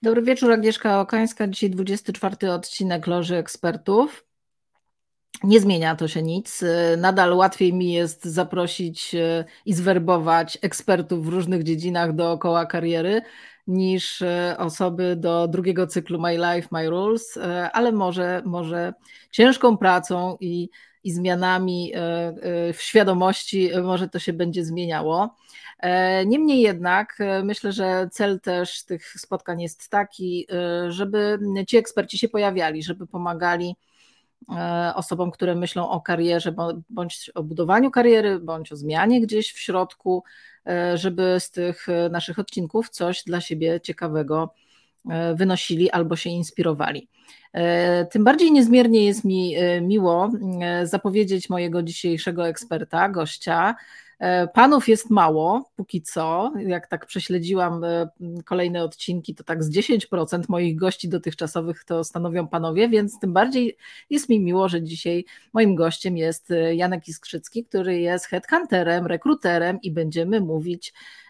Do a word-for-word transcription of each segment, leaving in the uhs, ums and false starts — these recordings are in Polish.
Dobry wieczór, Agnieszka Okańska. Dzisiaj dwudziesty czwarty odcinek Loży Ekspertów. Nie zmienia to się nic. Nadal łatwiej mi jest zaprosić i zwerbować ekspertów w różnych dziedzinach dookoła kariery niż osoby do drugiego cyklu My Life, My Rules, ale może, może ciężką pracą i, i zmianami w świadomości może to się będzie zmieniało. Niemniej jednak myślę, że cel też tych spotkań jest taki, żeby ci eksperci się pojawiali, żeby pomagali osobom, które myślą o karierze, bądź o budowaniu kariery, bądź o zmianie gdzieś w środku, żeby z tych naszych odcinków coś dla siebie ciekawego wynosili albo się inspirowali. Tym bardziej niezmiernie jest mi miło zapowiedzieć mojego dzisiejszego eksperta, gościa. Panów jest mało, póki co. Jak tak prześledziłam kolejne odcinki, to tak z dziesięć procent moich gości dotychczasowych to stanowią panowie, więc tym bardziej jest mi miło, że dzisiaj moim gościem jest Janek Iskrzycki, który jest headhunterem, rekruterem i będziemy mówić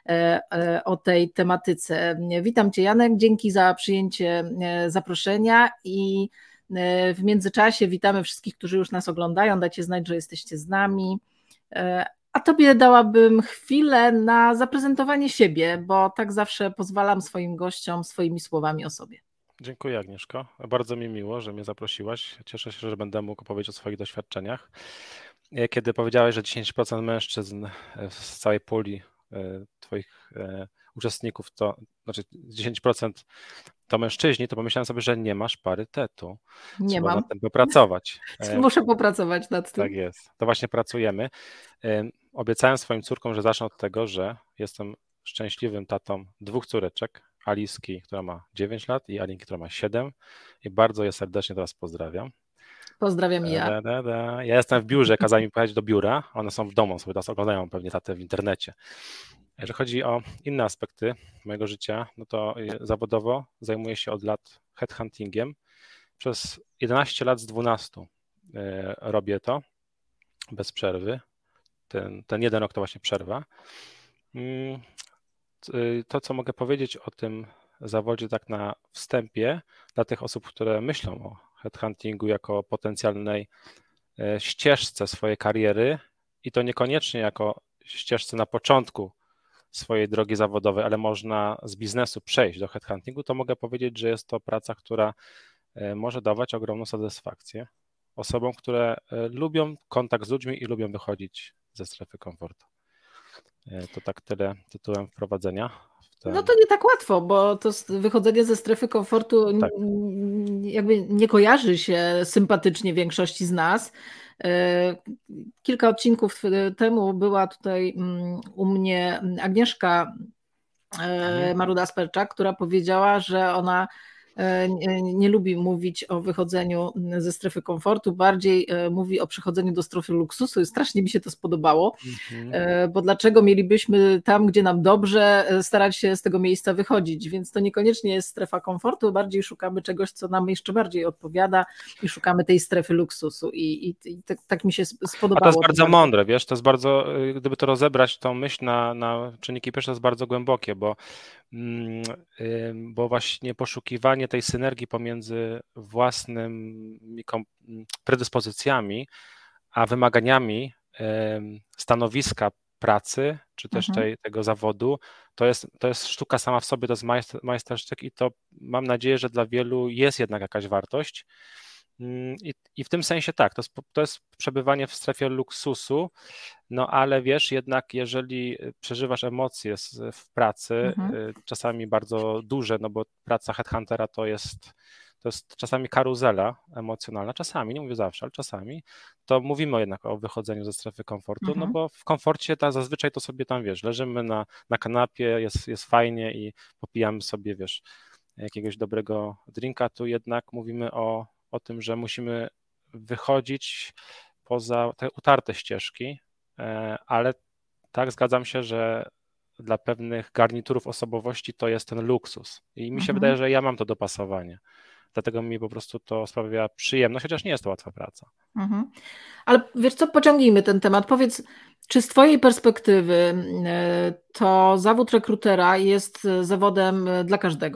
o tej tematyce. Witam Cię, Janek, dzięki za przyjęcie zaproszenia i w międzyczasie witamy wszystkich, którzy już nas oglądają. Dajcie znać, że jesteście z nami. A Tobie dałabym chwilę na zaprezentowanie siebie, bo tak zawsze pozwalam swoim gościom swoimi słowami o sobie. Dziękuję, Agnieszko. Bardzo mi miło, że mnie zaprosiłaś. Cieszę się, że będę mógł opowiedzieć o swoich doświadczeniach. Kiedy powiedziałeś, że dziesięć procent mężczyzn z całej puli Twoich uczestników, to znaczy dziesięć procent to mężczyźni, to pomyślałem sobie, że nie masz parytetu. Nie Trzeba mam. nad tym popracować. Muszę popracować nad tym. Tak jest. To właśnie pracujemy. Obiecałem swoim córkom, że zacznę od tego, że jestem szczęśliwym tatą dwóch córeczek. Aliski, która ma dziewięć lat i Alinki, która ma siedem i bardzo je serdecznie teraz pozdrawiam. Pozdrawiam i ja. Da, da, da. Ja jestem w biurze, kazali mi pojechać do biura, one są w domu, sobie teraz oglądają pewnie tatę w internecie. Jeżeli chodzi o inne aspekty mojego życia, no to zawodowo zajmuję się od lat headhuntingiem. Przez jedenaście lat z dwunastu robię to bez przerwy. Ten, ten jeden rok to właśnie przerwa. To, co mogę powiedzieć o tym zawodzie tak na wstępie, dla tych osób, które myślą o headhuntingu jako potencjalnej ścieżce swojej kariery i to niekoniecznie jako ścieżce na początku swojej drogi zawodowej, ale można z biznesu przejść do headhuntingu, to mogę powiedzieć, że jest to praca, która może dawać ogromną satysfakcję osobom, które lubią kontakt z ludźmi i lubią wychodzić ze strefy komfortu. To tak tyle tytułem wprowadzenia. Ten... No to nie tak łatwo, bo to wychodzenie ze strefy komfortu tak. jakby nie kojarzy się sympatycznie większości z nas. Kilka odcinków temu była tutaj u mnie Agnieszka Maruda-Sperczak, która powiedziała, że ona Nie, nie lubi mówić o wychodzeniu ze strefy komfortu, bardziej mówi o przechodzeniu do strefy luksusu i strasznie mi się to spodobało, mhm. bo dlaczego mielibyśmy tam, gdzie nam dobrze, starać się z tego miejsca wychodzić, więc to niekoniecznie jest strefa komfortu, bardziej szukamy czegoś, co nam jeszcze bardziej odpowiada i szukamy tej strefy luksusu i, i, i tak, tak mi się spodobało. A to jest bardzo to mądre, wiesz, to jest bardzo, gdyby to rozebrać, tą myśl na, na czynniki pierwsze, to jest bardzo głębokie, bo bo właśnie poszukiwanie tej synergii pomiędzy własnymi predyspozycjami a wymaganiami stanowiska pracy, czy też mhm. tej, tego zawodu, to jest, to jest sztuka sama w sobie, to jest majster, majstersztyk i to mam nadzieję, że dla wielu jest jednak jakaś wartość. I, I w tym sensie tak, to jest, to jest przebywanie w strefie luksusu, no ale wiesz, jednak jeżeli przeżywasz emocje w pracy, mhm. czasami bardzo duże, no bo praca headhuntera to jest, to jest czasami karuzela emocjonalna, czasami, nie mówię zawsze, ale czasami, to mówimy jednak o wychodzeniu ze strefy komfortu, mhm. no bo w komforcie ta, zazwyczaj to sobie tam, wiesz, leżymy na, na kanapie, jest, jest fajnie i popijamy sobie, wiesz, jakiegoś dobrego drinka, tu jednak mówimy o o tym, że musimy wychodzić poza te utarte ścieżki, ale tak, zgadzam się, że dla pewnych garniturów osobowości to jest ten luksus i mi się mhm. wydaje, że ja mam to dopasowanie, dlatego mi po prostu to sprawia przyjemność, chociaż nie jest to łatwa praca. Mhm. Ale wiesz co, pociągnijmy ten temat, powiedz, czy z twojej perspektywy to zawód rekrutera jest zawodem dla każdego?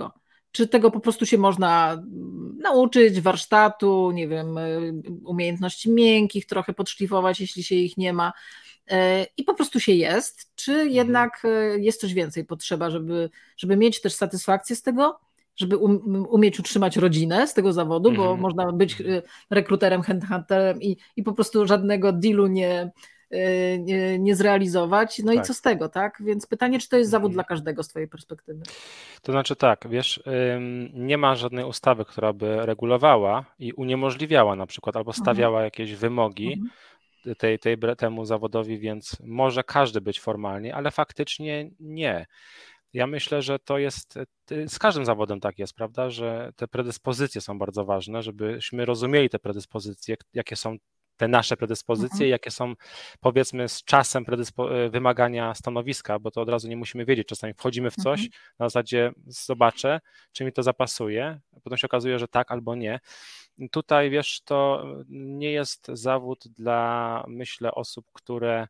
Czy tego po prostu się można nauczyć, warsztatu, nie wiem, umiejętności miękkich, trochę podszlifować, jeśli się ich nie ma i po prostu się jest, czy jednak jest coś więcej potrzeba, żeby, żeby mieć też satysfakcję z tego, żeby um, umieć utrzymać rodzinę z tego zawodu, bo Mhm. można być rekruterem, headhunterem i, i po prostu żadnego dealu nie, nie, nie zrealizować. No Tak. i co z tego, tak? Więc pytanie, czy to jest zawód Mhm. dla każdego z twojej perspektywy? To znaczy tak, wiesz, nie ma żadnej ustawy, która by regulowała i uniemożliwiała na przykład albo stawiała jakieś wymogi Mhm. tej, tej, temu zawodowi, więc może każdy być formalnie, ale faktycznie nie. Ja myślę, że to jest, z każdym zawodem tak jest, prawda, że te predyspozycje są bardzo ważne, żebyśmy rozumieli te predyspozycje, jakie są te nasze predyspozycje, Mhm. jakie są powiedzmy z czasem predyspo- wymagania stanowiska, bo to od razu nie musimy wiedzieć, czasami wchodzimy w coś, Mhm. na zasadzie zobaczę, czy mi to zapasuje, potem się okazuje, że tak albo nie. Tutaj wiesz, to nie jest zawód dla, myślę, osób, które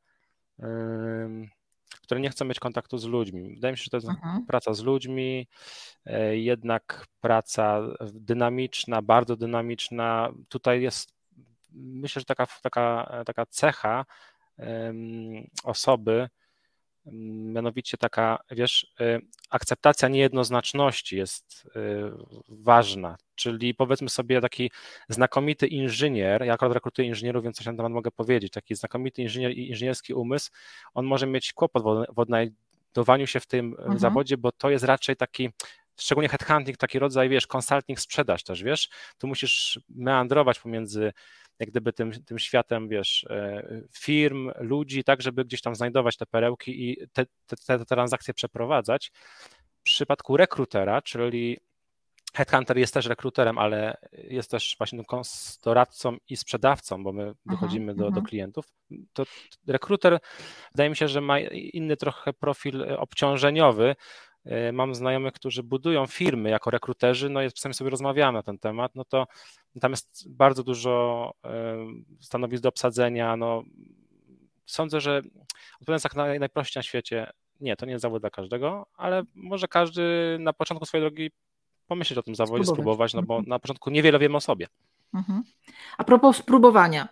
które nie chcą mieć kontaktu z ludźmi. Wydaje mi się, że to jest Mhm. praca z ludźmi, jednak praca dynamiczna, bardzo dynamiczna. Tutaj jest, myślę, że taka, taka, taka cecha osoby, mianowicie taka, wiesz, akceptacja niejednoznaczności jest ważna, czyli powiedzmy sobie taki znakomity inżynier, ja akurat rekrutuję inżynierów, więc coś na ten temat mogę powiedzieć, taki znakomity inżynier i inżynierski umysł, on może mieć kłopot w odnajdowaniu się w tym Mhm. zawodzie, bo to jest raczej taki, szczególnie headhunting, taki rodzaj, wiesz, consulting, sprzedaż też, wiesz, tu musisz meandrować pomiędzy jak gdyby tym, tym światem, wiesz, firm, ludzi, tak, żeby gdzieś tam znajdować te perełki i te, te, te transakcje przeprowadzać. W przypadku rekrutera, czyli headhunter jest też rekruterem, ale jest też właśnie doradcą i sprzedawcą, bo my dochodzimy do, do klientów, to rekruter wydaje mi się, że ma inny trochę profil obciążeniowy. Mam znajomych, którzy budują firmy jako rekruterzy, no i czasami sobie rozmawiamy na ten temat, no to tam jest bardzo dużo stanowisk do obsadzenia, no sądzę, że odpowiadając tak naj, najprościej na świecie, nie, to nie jest zawód dla każdego, ale może każdy na początku swojej drogi pomyśleć o tym zawodzie, Spróbować. spróbować, no bo Mhm. na początku niewiele wiemy o sobie. Mhm. A propos spróbowania,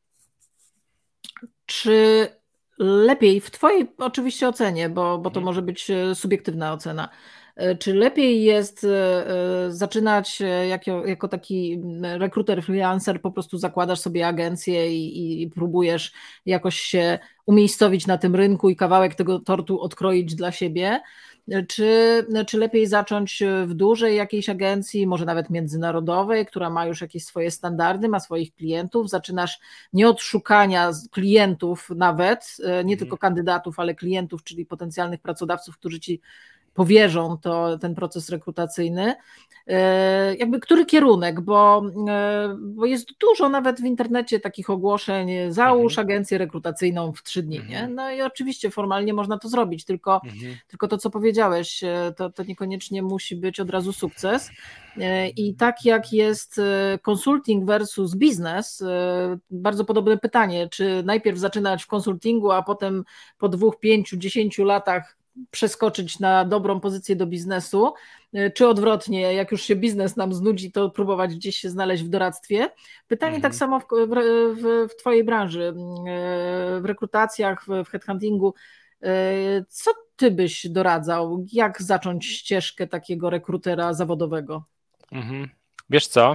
czy lepiej w twojej oczywiście ocenie, bo, bo to Mhm. może być subiektywna ocena, czy lepiej jest zaczynać jako, jako taki rekruter, freelancer, po prostu zakładasz sobie agencję i, i próbujesz jakoś się umiejscowić na tym rynku i kawałek tego tortu odkroić dla siebie, czy, czy lepiej zacząć w dużej jakiejś agencji, może nawet międzynarodowej, która ma już jakieś swoje standardy, ma swoich klientów, zaczynasz nie od szukania klientów nawet, nie Mhm. tylko kandydatów, ale klientów, czyli potencjalnych pracodawców, którzy ci powierzą to, ten proces rekrutacyjny. Jakby który kierunek, bo, bo jest dużo nawet w internecie takich ogłoszeń, załóż Mhm. agencję rekrutacyjną w trzy dni, Mhm. nie? No i oczywiście formalnie można to zrobić, tylko, Mhm. tylko to, co powiedziałeś, to, to niekoniecznie musi być od razu sukces. I tak jak jest consulting versus biznes, bardzo podobne pytanie, czy najpierw zaczynać w konsultingu, a potem po dwóch, pięciu, dziesięciu latach przeskoczyć na dobrą pozycję do biznesu, czy odwrotnie, jak już się biznes nam znudzi, to próbować gdzieś się znaleźć w doradztwie. Pytanie Mhm. tak samo w, w, w twojej branży, w rekrutacjach, w, w headhuntingu. Co ty byś doradzał? Jak zacząć ścieżkę takiego rekrutera zawodowego? Mhm. Wiesz co,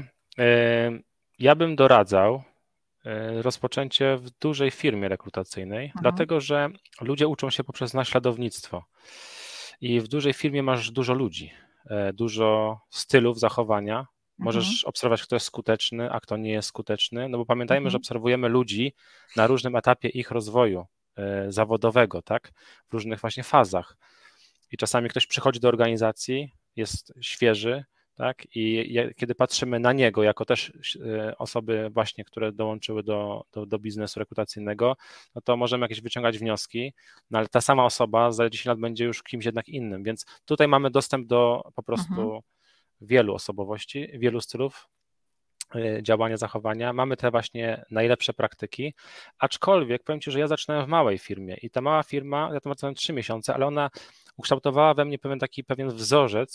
ja bym doradzał rozpoczęcie w dużej firmie rekrutacyjnej, Mhm. dlatego że ludzie uczą się poprzez naśladownictwo i w dużej firmie masz dużo ludzi, dużo stylów zachowania, możesz Mhm. obserwować, kto jest skuteczny, a kto nie jest skuteczny, no bo pamiętajmy, Mhm. że obserwujemy ludzi na różnym etapie ich rozwoju zawodowego, tak, w różnych właśnie fazach i czasami ktoś przychodzi do organizacji, jest świeży, tak? I kiedy patrzymy na niego jako też osoby właśnie, które dołączyły do, do, do biznesu rekrutacyjnego, no to możemy jakieś wyciągać wnioski, no ale ta sama osoba za dziesięć lat będzie już kimś jednak innym, więc tutaj mamy dostęp do po prostu Mhm. wielu osobowości, wielu stylów działania, zachowania. Mamy te właśnie najlepsze praktyki, aczkolwiek powiem Ci, że ja zaczynałem w małej firmie i ta mała firma, ja tam pracowałem trzy miesiące, ale ona ukształtowała we mnie pewien taki pewien wzorzec,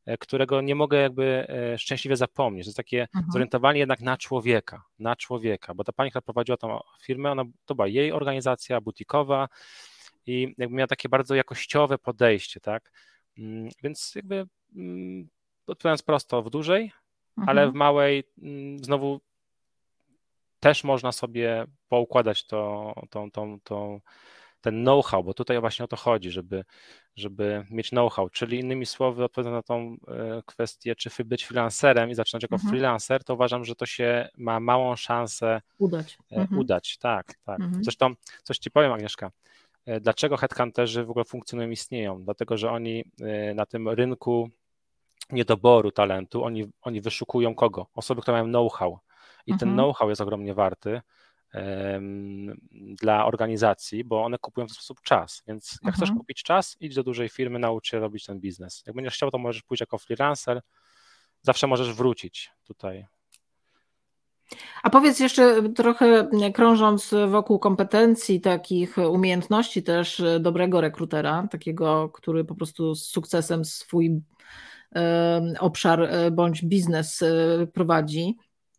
którego nie mogę jakby szczęśliwie zapomnieć. To jest takie mhm. zorientowanie jednak na człowieka, na człowieka, bo ta pani, która prowadziła tą firmę, ona, to była jej organizacja butikowa i jakby miała takie bardzo jakościowe podejście, tak, więc jakby odpowiadając prosto, w dużej, mhm. ale w małej znowu też można sobie poukładać to, tą, tą, tą, ten know-how, bo tutaj właśnie o to chodzi, żeby, żeby mieć know-how, czyli innymi słowy, odpowiadając na tą kwestię, czy być freelancerem i zaczynać jako mhm. freelancer, to uważam, że to się ma małą szansę udać. Mhm. udać. Tak, tak. Mhm. Zresztą coś ci powiem, Agnieszka, dlaczego headhunterzy w ogóle funkcjonują, istnieją? Dlatego, że oni na tym rynku niedoboru talentu, oni, oni wyszukują kogo? Osoby, które mają know-how. I mhm. ten know-how jest ogromnie warty um, dla organizacji, bo one kupują w ten sposób czas. Więc jak mhm. chcesz kupić czas, idź do dużej firmy, naucz się robić ten biznes. Jak będziesz chciał, to możesz pójść jako freelancer, zawsze możesz wrócić tutaj. A powiedz jeszcze trochę, krążąc wokół kompetencji, takich umiejętności też dobrego rekrutera, takiego, który po prostu z sukcesem swój obszar bądź biznes prowadzi,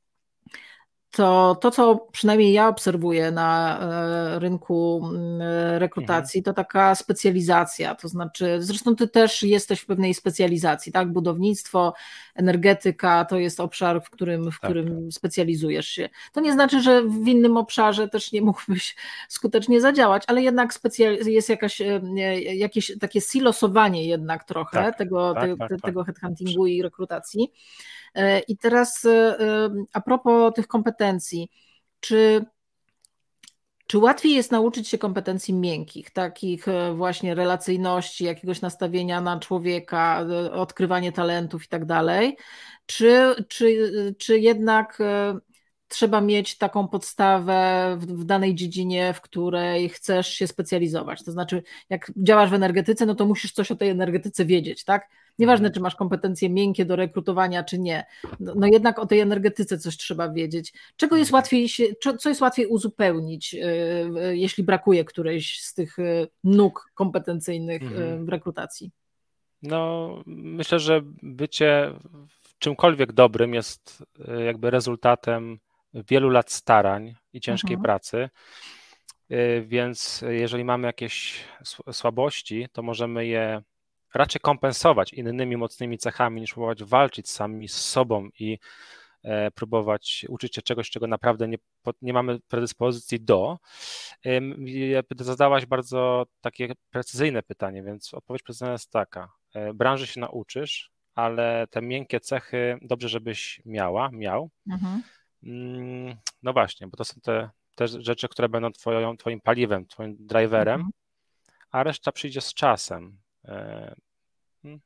to to, co przynajmniej ja obserwuję na rynku rekrutacji, to taka specjalizacja, to znaczy, zresztą ty też jesteś w pewnej specjalizacji, tak? Budownictwo, energetyka to jest obszar, w którym, w którym tak. specjalizujesz się. To nie znaczy, że w innym obszarze też nie mógłbyś skutecznie zadziałać, ale jednak specjal- jest jakaś, jakieś takie silosowanie jednak trochę tak, tego, tak, te, tak, tego tak. headhuntingu i rekrutacji. I teraz a propos tych kompetencji, czy, czy łatwiej jest nauczyć się kompetencji miękkich, takich właśnie relacyjności, jakiegoś nastawienia na człowieka, odkrywanie talentów i tak dalej, czy, czy, czy jednak trzeba mieć taką podstawę w, w danej dziedzinie, w której chcesz się specjalizować? To znaczy, jak działasz w energetyce, no to musisz coś o tej energetyce wiedzieć, tak? Nieważne, czy masz kompetencje miękkie do rekrutowania, czy nie. No, no jednak o tej energetyce coś trzeba wiedzieć. Czego jest łatwiej się, co jest łatwiej uzupełnić, yy, jeśli brakuje którejś z tych nóg kompetencyjnych mhm. w rekrutacji? No, myślę, że bycie w czymkolwiek dobrym jest jakby rezultatem wielu lat starań i ciężkiej mhm. pracy, więc jeżeli mamy jakieś słabości, to możemy je raczej kompensować innymi mocnymi cechami, niż próbować walczyć sami z sobą i e, próbować uczyć się czegoś, czego naprawdę nie, nie mamy predyspozycji do. E, zadałaś bardzo takie precyzyjne pytanie, więc odpowiedź precyzyjna jest taka. E, branży się nauczysz, ale te miękkie cechy dobrze, żebyś miała, miał. Mhm. No właśnie, bo to są te, te rzeczy, które będą twoją, twoim paliwem, twoim driverem, mhm. a reszta przyjdzie z czasem. Hmm.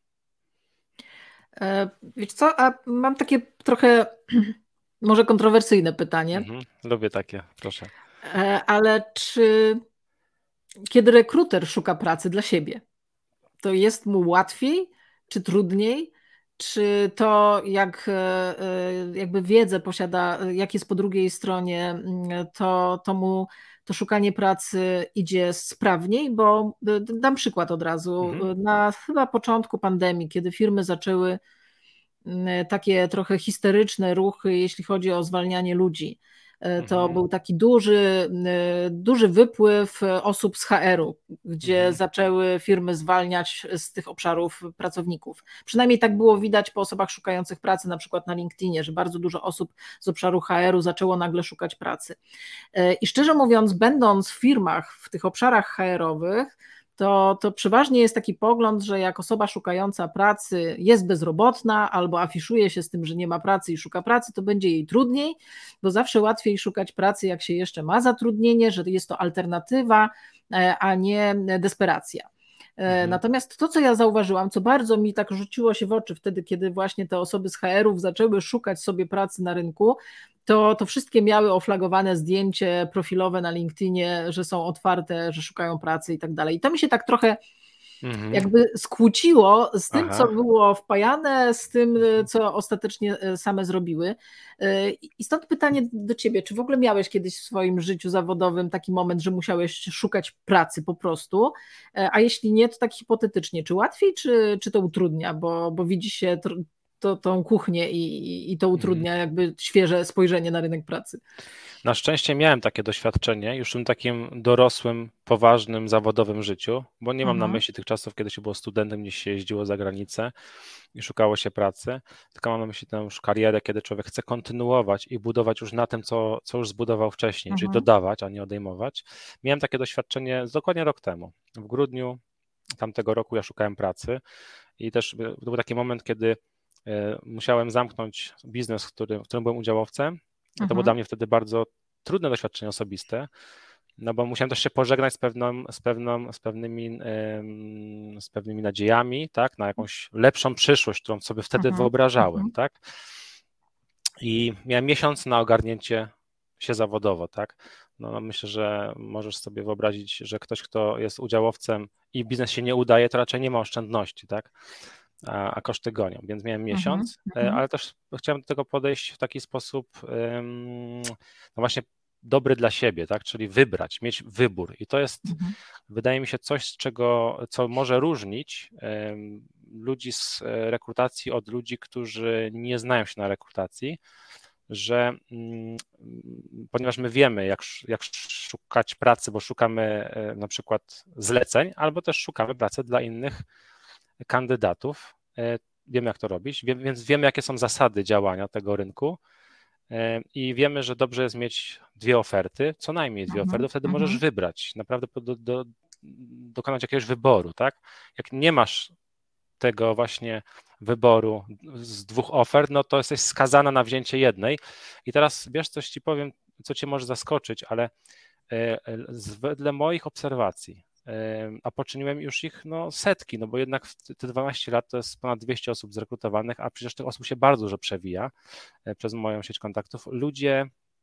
Wiesz co, a mam takie trochę może kontrowersyjne pytanie. Mhm, lubię takie, proszę. Ale czy kiedy rekruter szuka pracy dla siebie, to jest mu łatwiej czy trudniej? Czy to, jak jakby wiedzę posiada, jak jest po drugiej stronie, to, to mu to szukanie pracy idzie sprawniej? Bo dam przykład od razu. Mhm. Na chyba początku pandemii, kiedy firmy zaczęły takie trochę histeryczne ruchy, jeśli chodzi o zwalnianie ludzi, to mhm. był taki duży, duży wypływ osób z H R-u, gdzie mhm. zaczęły firmy zwalniać z tych obszarów pracowników. Przynajmniej tak było widać po osobach szukających pracy, na przykład na LinkedInie, że bardzo dużo osób z obszaru H R-u zaczęło nagle szukać pracy. I szczerze mówiąc, będąc w firmach w tych obszarach H R-owych, To, to przeważnie jest taki pogląd, że jak osoba szukająca pracy jest bezrobotna albo afiszuje się z tym, że nie ma pracy i szuka pracy, to będzie jej trudniej, bo zawsze łatwiej szukać pracy, jak się jeszcze ma zatrudnienie, że jest to alternatywa, a nie desperacja. Mhm. Natomiast to, co ja zauważyłam, co bardzo mi tak rzuciło się w oczy wtedy, kiedy właśnie te osoby z H R-ów zaczęły szukać sobie pracy na rynku, to, to wszystkie miały oflagowane zdjęcie profilowe na LinkedInie, że są otwarte, że szukają pracy i tak dalej. I to mi się tak trochę Mhm. jakby skłóciło z tym, Aha. co było wpajane, z tym, co ostatecznie same zrobiły. I stąd pytanie do ciebie, czy w ogóle miałeś kiedyś w swoim życiu zawodowym taki moment, że musiałeś szukać pracy po prostu, a jeśli nie, to tak hipotetycznie, czy łatwiej, czy, czy to utrudnia, bo, bo widzi się to, tą kuchnię i, i to utrudnia jakby świeże spojrzenie na rynek pracy. Na szczęście miałem takie doświadczenie już w tym takim dorosłym, poważnym, zawodowym życiu, bo nie mam Mhm. na myśli tych czasów, kiedy się było studentem, gdzieś się jeździło za granicę i szukało się pracy, tylko mam na myśli tę już karierę, kiedy człowiek chce kontynuować i budować już na tym, co, co już zbudował wcześniej, Mhm. czyli dodawać, a nie odejmować. Miałem takie doświadczenie dokładnie rok temu. W grudniu tamtego roku ja szukałem pracy i też to był taki moment, kiedy musiałem zamknąć biznes, w którym, w którym byłem udziałowcem. To było Mhm. dla mnie wtedy bardzo trudne doświadczenie osobiste, no bo musiałem też się pożegnać z, pewną, z, pewną, z, pewnymi, z pewnymi nadziejami, tak, na jakąś lepszą przyszłość, którą sobie wtedy Mhm. wyobrażałem, Mhm. tak. I miałem miesiąc na ogarnięcie się zawodowo, tak. No, myślę, że możesz sobie wyobrazić, że ktoś, kto jest udziałowcem i biznes się nie udaje, to raczej nie ma oszczędności, tak. A, a koszty gonią, więc miałem miesiąc, Mhm. ale też chciałem do tego podejść w taki sposób, no właśnie dobry dla siebie, tak, czyli wybrać, mieć wybór i to jest, Mhm. wydaje mi się, coś, z czego, co może różnić ludzi z rekrutacji od ludzi, którzy nie znają się na rekrutacji, że ponieważ my wiemy, jak, jak szukać pracy, bo szukamy na przykład zleceń, albo też szukamy pracy dla innych kandydatów, wiemy jak to robić, więc wiemy jakie są zasady działania tego rynku i wiemy, że dobrze jest mieć dwie oferty, co najmniej dwie Mhm. oferty, wtedy Mhm. możesz wybrać, naprawdę do, do, dokonać jakiegoś wyboru, tak? Jak nie masz tego właśnie wyboru z dwóch ofert, no to jesteś skazana na wzięcie jednej i teraz wiesz, coś ci powiem, co cię może zaskoczyć, ale wedle moich obserwacji, a poczyniłem już ich no, setki, no bo jednak te dwanaście lat to jest ponad dwieście osób zrekrutowanych, a przecież tych osób się bardzo dużo przewija przez moją sieć kontaktów. Ludzie,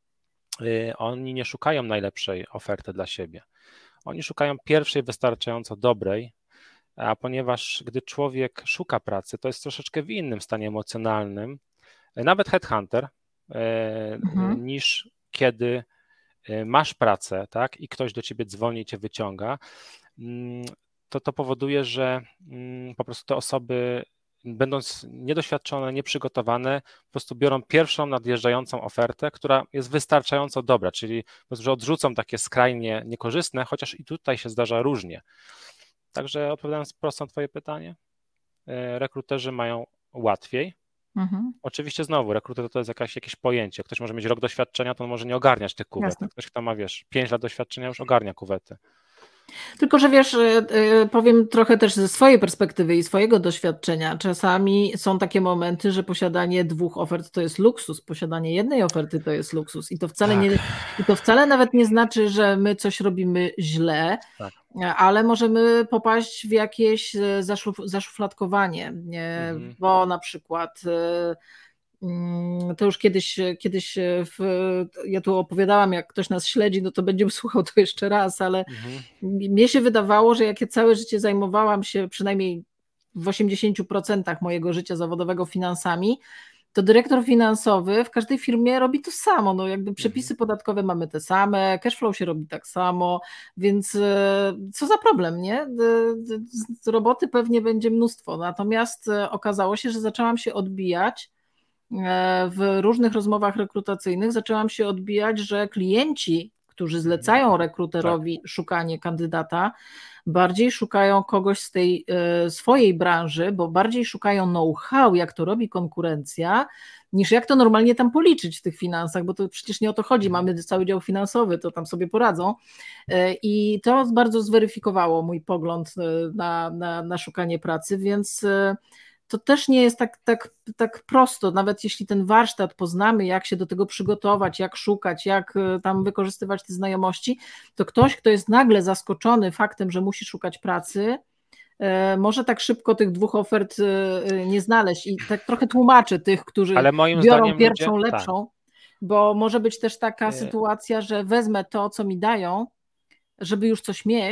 oni nie szukają najlepszej oferty dla siebie. Oni szukają pierwszej wystarczająco dobrej, a ponieważ gdy człowiek szuka pracy, to jest troszeczkę w innym stanie emocjonalnym, nawet headhunter, Mhm. niż kiedy masz pracę, tak, i ktoś do ciebie dzwoni i cię wyciąga, to to powoduje, że po prostu te osoby, będąc niedoświadczone, nieprzygotowane, po prostu biorą pierwszą nadjeżdżającą ofertę, która jest wystarczająco dobra, czyli po prostu, że odrzucą takie skrajnie niekorzystne, chociaż i tutaj się zdarza różnie. Także odpowiadając prosto na twoje pytanie, rekruterzy mają łatwiej. Mhm. Oczywiście znowu, rekruter to jest jakaś, jakieś pojęcie. Ktoś może mieć rok doświadczenia, to on może nie ogarniać tych kuwet. Jasne. Ktoś, kto ma, wiesz, pięć lat doświadczenia, już ogarnia kuwety. Tylko, że wiesz, powiem trochę też ze swojej perspektywy i swojego doświadczenia. Czasami są takie momenty, że posiadanie dwóch ofert to jest luksus, posiadanie jednej oferty to jest luksus. I to wcale, tak. nie, i to wcale nawet nie znaczy, że my coś robimy źle, tak. Ale możemy popaść w jakieś zaszuf, zaszufladkowanie, mhm. bo na przykład... To już kiedyś, kiedyś w, ja tu opowiadałam, jak ktoś nas śledzi, no to będzie słuchał to jeszcze raz, ale mhm. mnie się wydawało, że jak ja całe życie zajmowałam się przynajmniej w osiemdziesięciu procentach mojego życia zawodowego finansami, to dyrektor finansowy w każdej firmie robi to samo, no jakby przepisy mhm. podatkowe mamy te same, cashflow się robi tak samo, więc co za problem, nie? Z roboty pewnie będzie mnóstwo, natomiast okazało się, że zaczęłam się odbijać w różnych rozmowach rekrutacyjnych, zaczęłam się odbijać, że klienci, którzy zlecają rekruterowi tak. szukanie kandydata, bardziej szukają kogoś z tej e, swojej branży, bo bardziej szukają know-how, jak to robi konkurencja, niż jak to normalnie tam policzyć w tych finansach, bo to przecież nie o to chodzi, mamy cały dział finansowy, to tam sobie poradzą e, i to bardzo zweryfikowało mój pogląd na, na, na szukanie pracy, więc e, to też nie jest tak, tak, tak prosto, nawet jeśli ten warsztat poznamy, jak się do tego przygotować, jak szukać, jak tam wykorzystywać te znajomości, to ktoś, kto jest nagle zaskoczony faktem, że musi szukać pracy, może tak szybko tych dwóch ofert nie znaleźć i tak trochę tłumaczę tych, którzy biorą pierwszą, ludzie, lepszą, tak. bo może być też taka sytuacja, że wezmę to, co mi dają, żeby już coś mieć,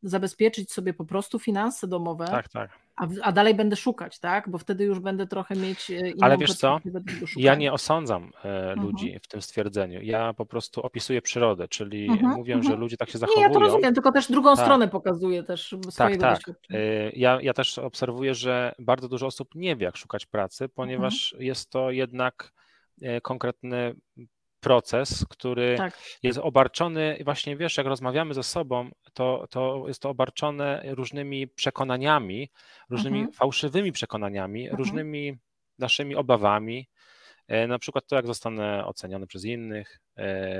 zabezpieczyć sobie po prostu finanse domowe, Tak, tak. a, a dalej będę szukać, tak? Bo wtedy już będę trochę mieć inną Ale wiesz co, perspektywę tego szukania. ja nie osądzam e, ludzi Mhm. w tym stwierdzeniu. Ja po prostu opisuję przyrodę, czyli Mhm, mówię, mhm. że ludzie tak się Nie, ja to zachowują. rozumiem, tylko też drugą Tak. stronę pokazuję też Tak, swojego tak. doświadczenia. E, Ja, ja też obserwuję, że bardzo dużo osób nie wie, jak szukać pracy, ponieważ jest to jednak e, konkretny proces, który Tak. jest obarczony, właśnie wiesz, jak rozmawiamy ze sobą, to, to jest to obarczone różnymi przekonaniami, różnymi Mhm. fałszywymi przekonaniami, Mhm. różnymi naszymi obawami, e, na przykład to, jak zostanę oceniony przez innych, e,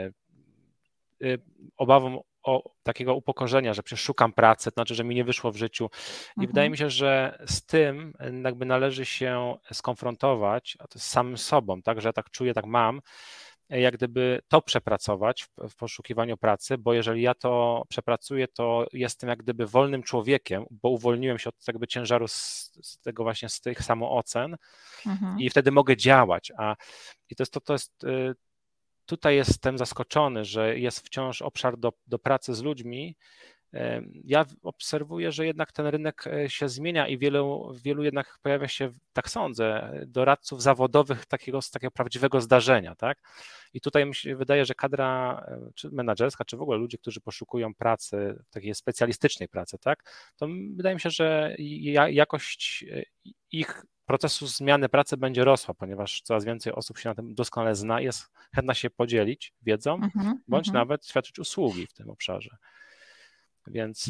e, obawą o takiego upokorzenia, że przecież szukam pracy, to znaczy, że mi nie wyszło w życiu. I Mhm. wydaje mi się, że z tym jakby należy się skonfrontować, a to z samym sobą, tak, że ja tak czuję, tak mam, jak gdyby to przepracować w, w poszukiwaniu pracy, bo jeżeli ja to przepracuję, to jestem jak gdyby wolnym człowiekiem, bo uwolniłem się od jakby ciężaru z, z tego właśnie, z tych samoocen Mhm. i wtedy mogę działać, a i to jest to, to jest y, tutaj jestem zaskoczony, że jest wciąż obszar do, do pracy z ludźmi. Ja obserwuję, że jednak ten rynek się zmienia i wielu, wielu jednak pojawia się, tak sądzę, doradców zawodowych takiego, z takiego prawdziwego zdarzenia, tak? I tutaj mi się wydaje, że kadra czy menadżerska, czy w ogóle ludzie, którzy poszukują pracy, takiej specjalistycznej pracy, tak? To wydaje mi się, że jakość ich procesu zmiany pracy będzie rosła, ponieważ coraz więcej osób się na tym doskonale zna, jest chętna się podzielić wiedzą, Mhm. bądź Mhm. nawet świadczyć usługi w tym obszarze. Więc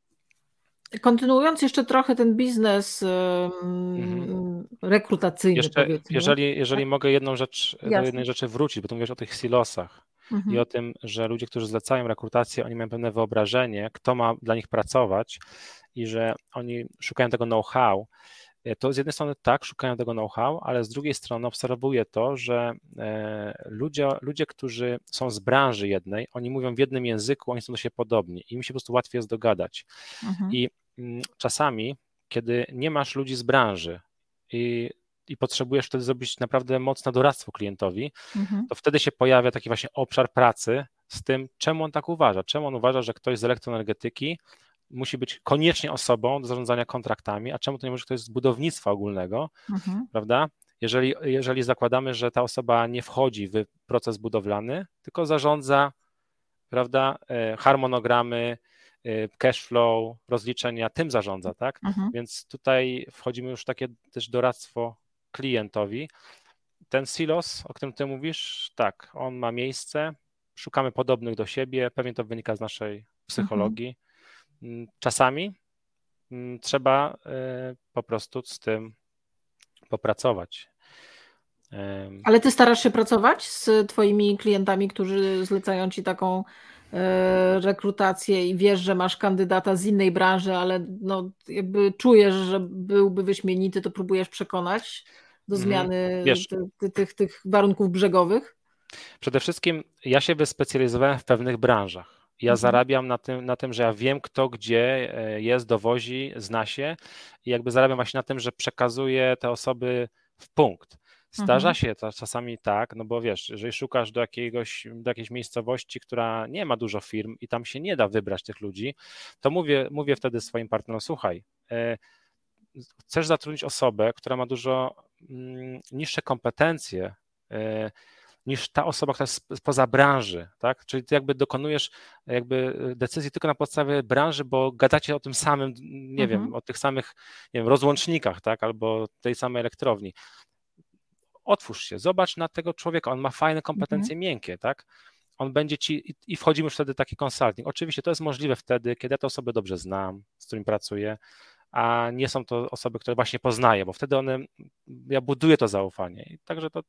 kontynuując jeszcze trochę ten biznes mhm. um, rekrutacyjny, Jeszcze, powiedzmy. jeżeli, jeżeli Tak? mogę jedną rzecz, do Jasne. jednej rzeczy wrócić, bo tu mówisz o tych silosach Mhm. i o tym, że ludzie, którzy zlecają rekrutację, oni mają pewne wyobrażenie, kto ma dla nich pracować i że oni szukają tego know-how. To z jednej strony tak, szukają tego know-how, ale z drugiej strony obserwuję to, że ludzie, ludzie, którzy są z branży jednej, oni mówią w jednym języku, oni są do siebie podobni i im się po prostu łatwiej jest dogadać. Mhm. I czasami, kiedy nie masz ludzi z branży i, i potrzebujesz wtedy zrobić naprawdę mocne doradztwo klientowi, Mhm. to wtedy się pojawia taki właśnie obszar pracy z tym, czemu on tak uważa, czemu on uważa, że ktoś z elektroenergetyki musi być koniecznie osobą do zarządzania kontraktami, a czemu to nie może ktoś z budownictwa ogólnego, Mhm. prawda? Jeżeli, jeżeli zakładamy, że ta osoba nie wchodzi w proces budowlany, tylko zarządza, prawda, harmonogramy, cash flow, rozliczenia, tym zarządza, tak? Mhm. Więc tutaj wchodzimy już w takie też doradztwo klientowi. Ten silos, o którym ty mówisz, tak, on ma miejsce, szukamy podobnych do siebie, pewnie to wynika z naszej psychologii. Czasami trzeba po prostu z tym popracować. Ale ty starasz się pracować z twoimi klientami, którzy zlecają ci taką rekrutację i wiesz, że masz kandydata z innej branży, ale no jakby czujesz, że byłby wyśmienity, to próbujesz przekonać do zmiany Wiesz, tych, tych, tych warunków brzegowych? Przede wszystkim ja się wyspecjalizowałem w pewnych branżach. Ja Mhm. zarabiam na tym, na tym, że ja wiem, kto gdzie jest, dowozi, zna się i jakby zarabiam właśnie na tym, że przekazuję te osoby w punkt. Zdarza Mhm. się to czasami tak, no bo wiesz, jeżeli szukasz do jakiegoś, do jakiejś miejscowości, która nie ma dużo firm i tam się nie da wybrać tych ludzi, to mówię, mówię wtedy swoim partnerom, słuchaj, chcesz zatrudnić osobę, która ma dużo mm, niższe kompetencje, niż ta osoba, która jest spoza branży, tak? Czyli ty jakby dokonujesz jakby decyzji tylko na podstawie branży, bo gadacie o tym samym, nie Mhm. wiem, o tych samych, nie wiem, rozłącznikach, tak? Albo tej samej elektrowni. Otwórz się, zobacz na tego człowieka, on ma fajne kompetencje Mhm. miękkie, tak? On będzie ci, i wchodzimy już wtedy taki consulting. Oczywiście to jest możliwe wtedy, kiedy ja te osoby dobrze znam, z którymi pracuję, a nie są to osoby, które właśnie poznaję, bo wtedy one, ja buduję to zaufanie. I także to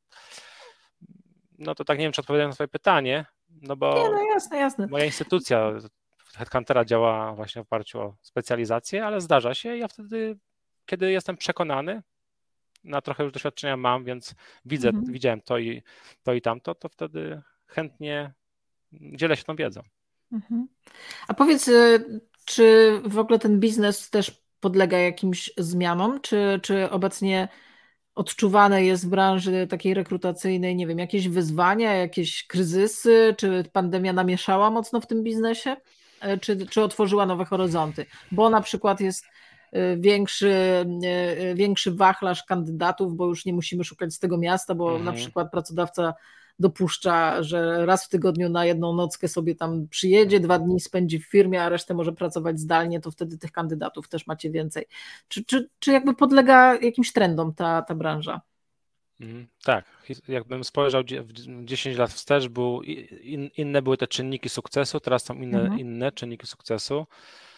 no to tak nie wiem, czy odpowiadam na twoje pytanie, no bo Nie, no jasne, jasne. moja instytucja Headhuntera działa właśnie w oparciu o specjalizację, ale zdarza się, ja wtedy, kiedy jestem przekonany, na trochę już doświadczenia mam, więc widzę, Mhm. widziałem to i, to i tamto, to wtedy chętnie dzielę się tą wiedzą. Mhm. A powiedz, czy w ogóle ten biznes też podlega jakimś zmianom, czy, czy obecnie odczuwane jest w branży takiej rekrutacyjnej, nie wiem, jakieś wyzwania, jakieś kryzysy, czy pandemia namieszała mocno w tym biznesie? czy, czy otworzyła nowe horyzonty, bo na przykład jest większy, większy wachlarz kandydatów, bo już nie musimy szukać z tego miasta, bo mhm. na przykład pracodawca dopuszcza, że raz w tygodniu na jedną nockę sobie tam przyjedzie, dwa dni spędzi w firmie, a resztę może pracować zdalnie, to wtedy tych kandydatów też macie więcej. Czy, czy, czy jakby podlega jakimś trendom ta, ta branża? Mm, tak, jakbym spojrzał dziesięć lat wstecz, był, in, inne były te czynniki sukcesu, teraz są inne, mhm. inne czynniki sukcesu.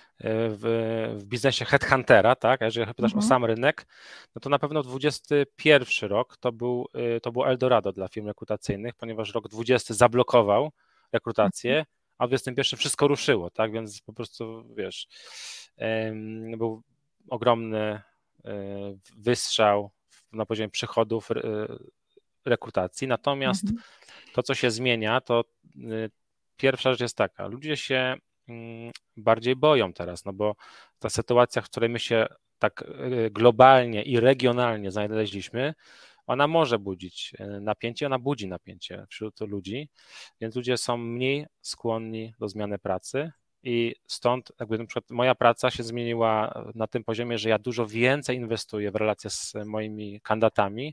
W, w biznesie headhuntera, tak, a jeżeli pytasz mhm. o sam rynek, no to na pewno dwudziesty pierwszy rok to był, to był Eldorado dla firm rekrutacyjnych, ponieważ rok dwudziesty zablokował rekrutację, mhm. a w dwudziestym pierwszym wszystko ruszyło, tak, więc po prostu, wiesz, był ogromny wystrzał na poziomie przychodów rekrutacji, natomiast mhm. to, co się zmienia, to pierwsza rzecz jest taka, ludzie się bardziej boją teraz, no bo ta sytuacja, w której my się tak globalnie i regionalnie znaleźliśmy, ona może budzić napięcie, ona budzi napięcie wśród ludzi, więc ludzie są mniej skłonni do zmiany pracy i stąd jakby na przykład moja praca się zmieniła na tym poziomie, że ja dużo więcej inwestuję w relacje z moimi kandydatami,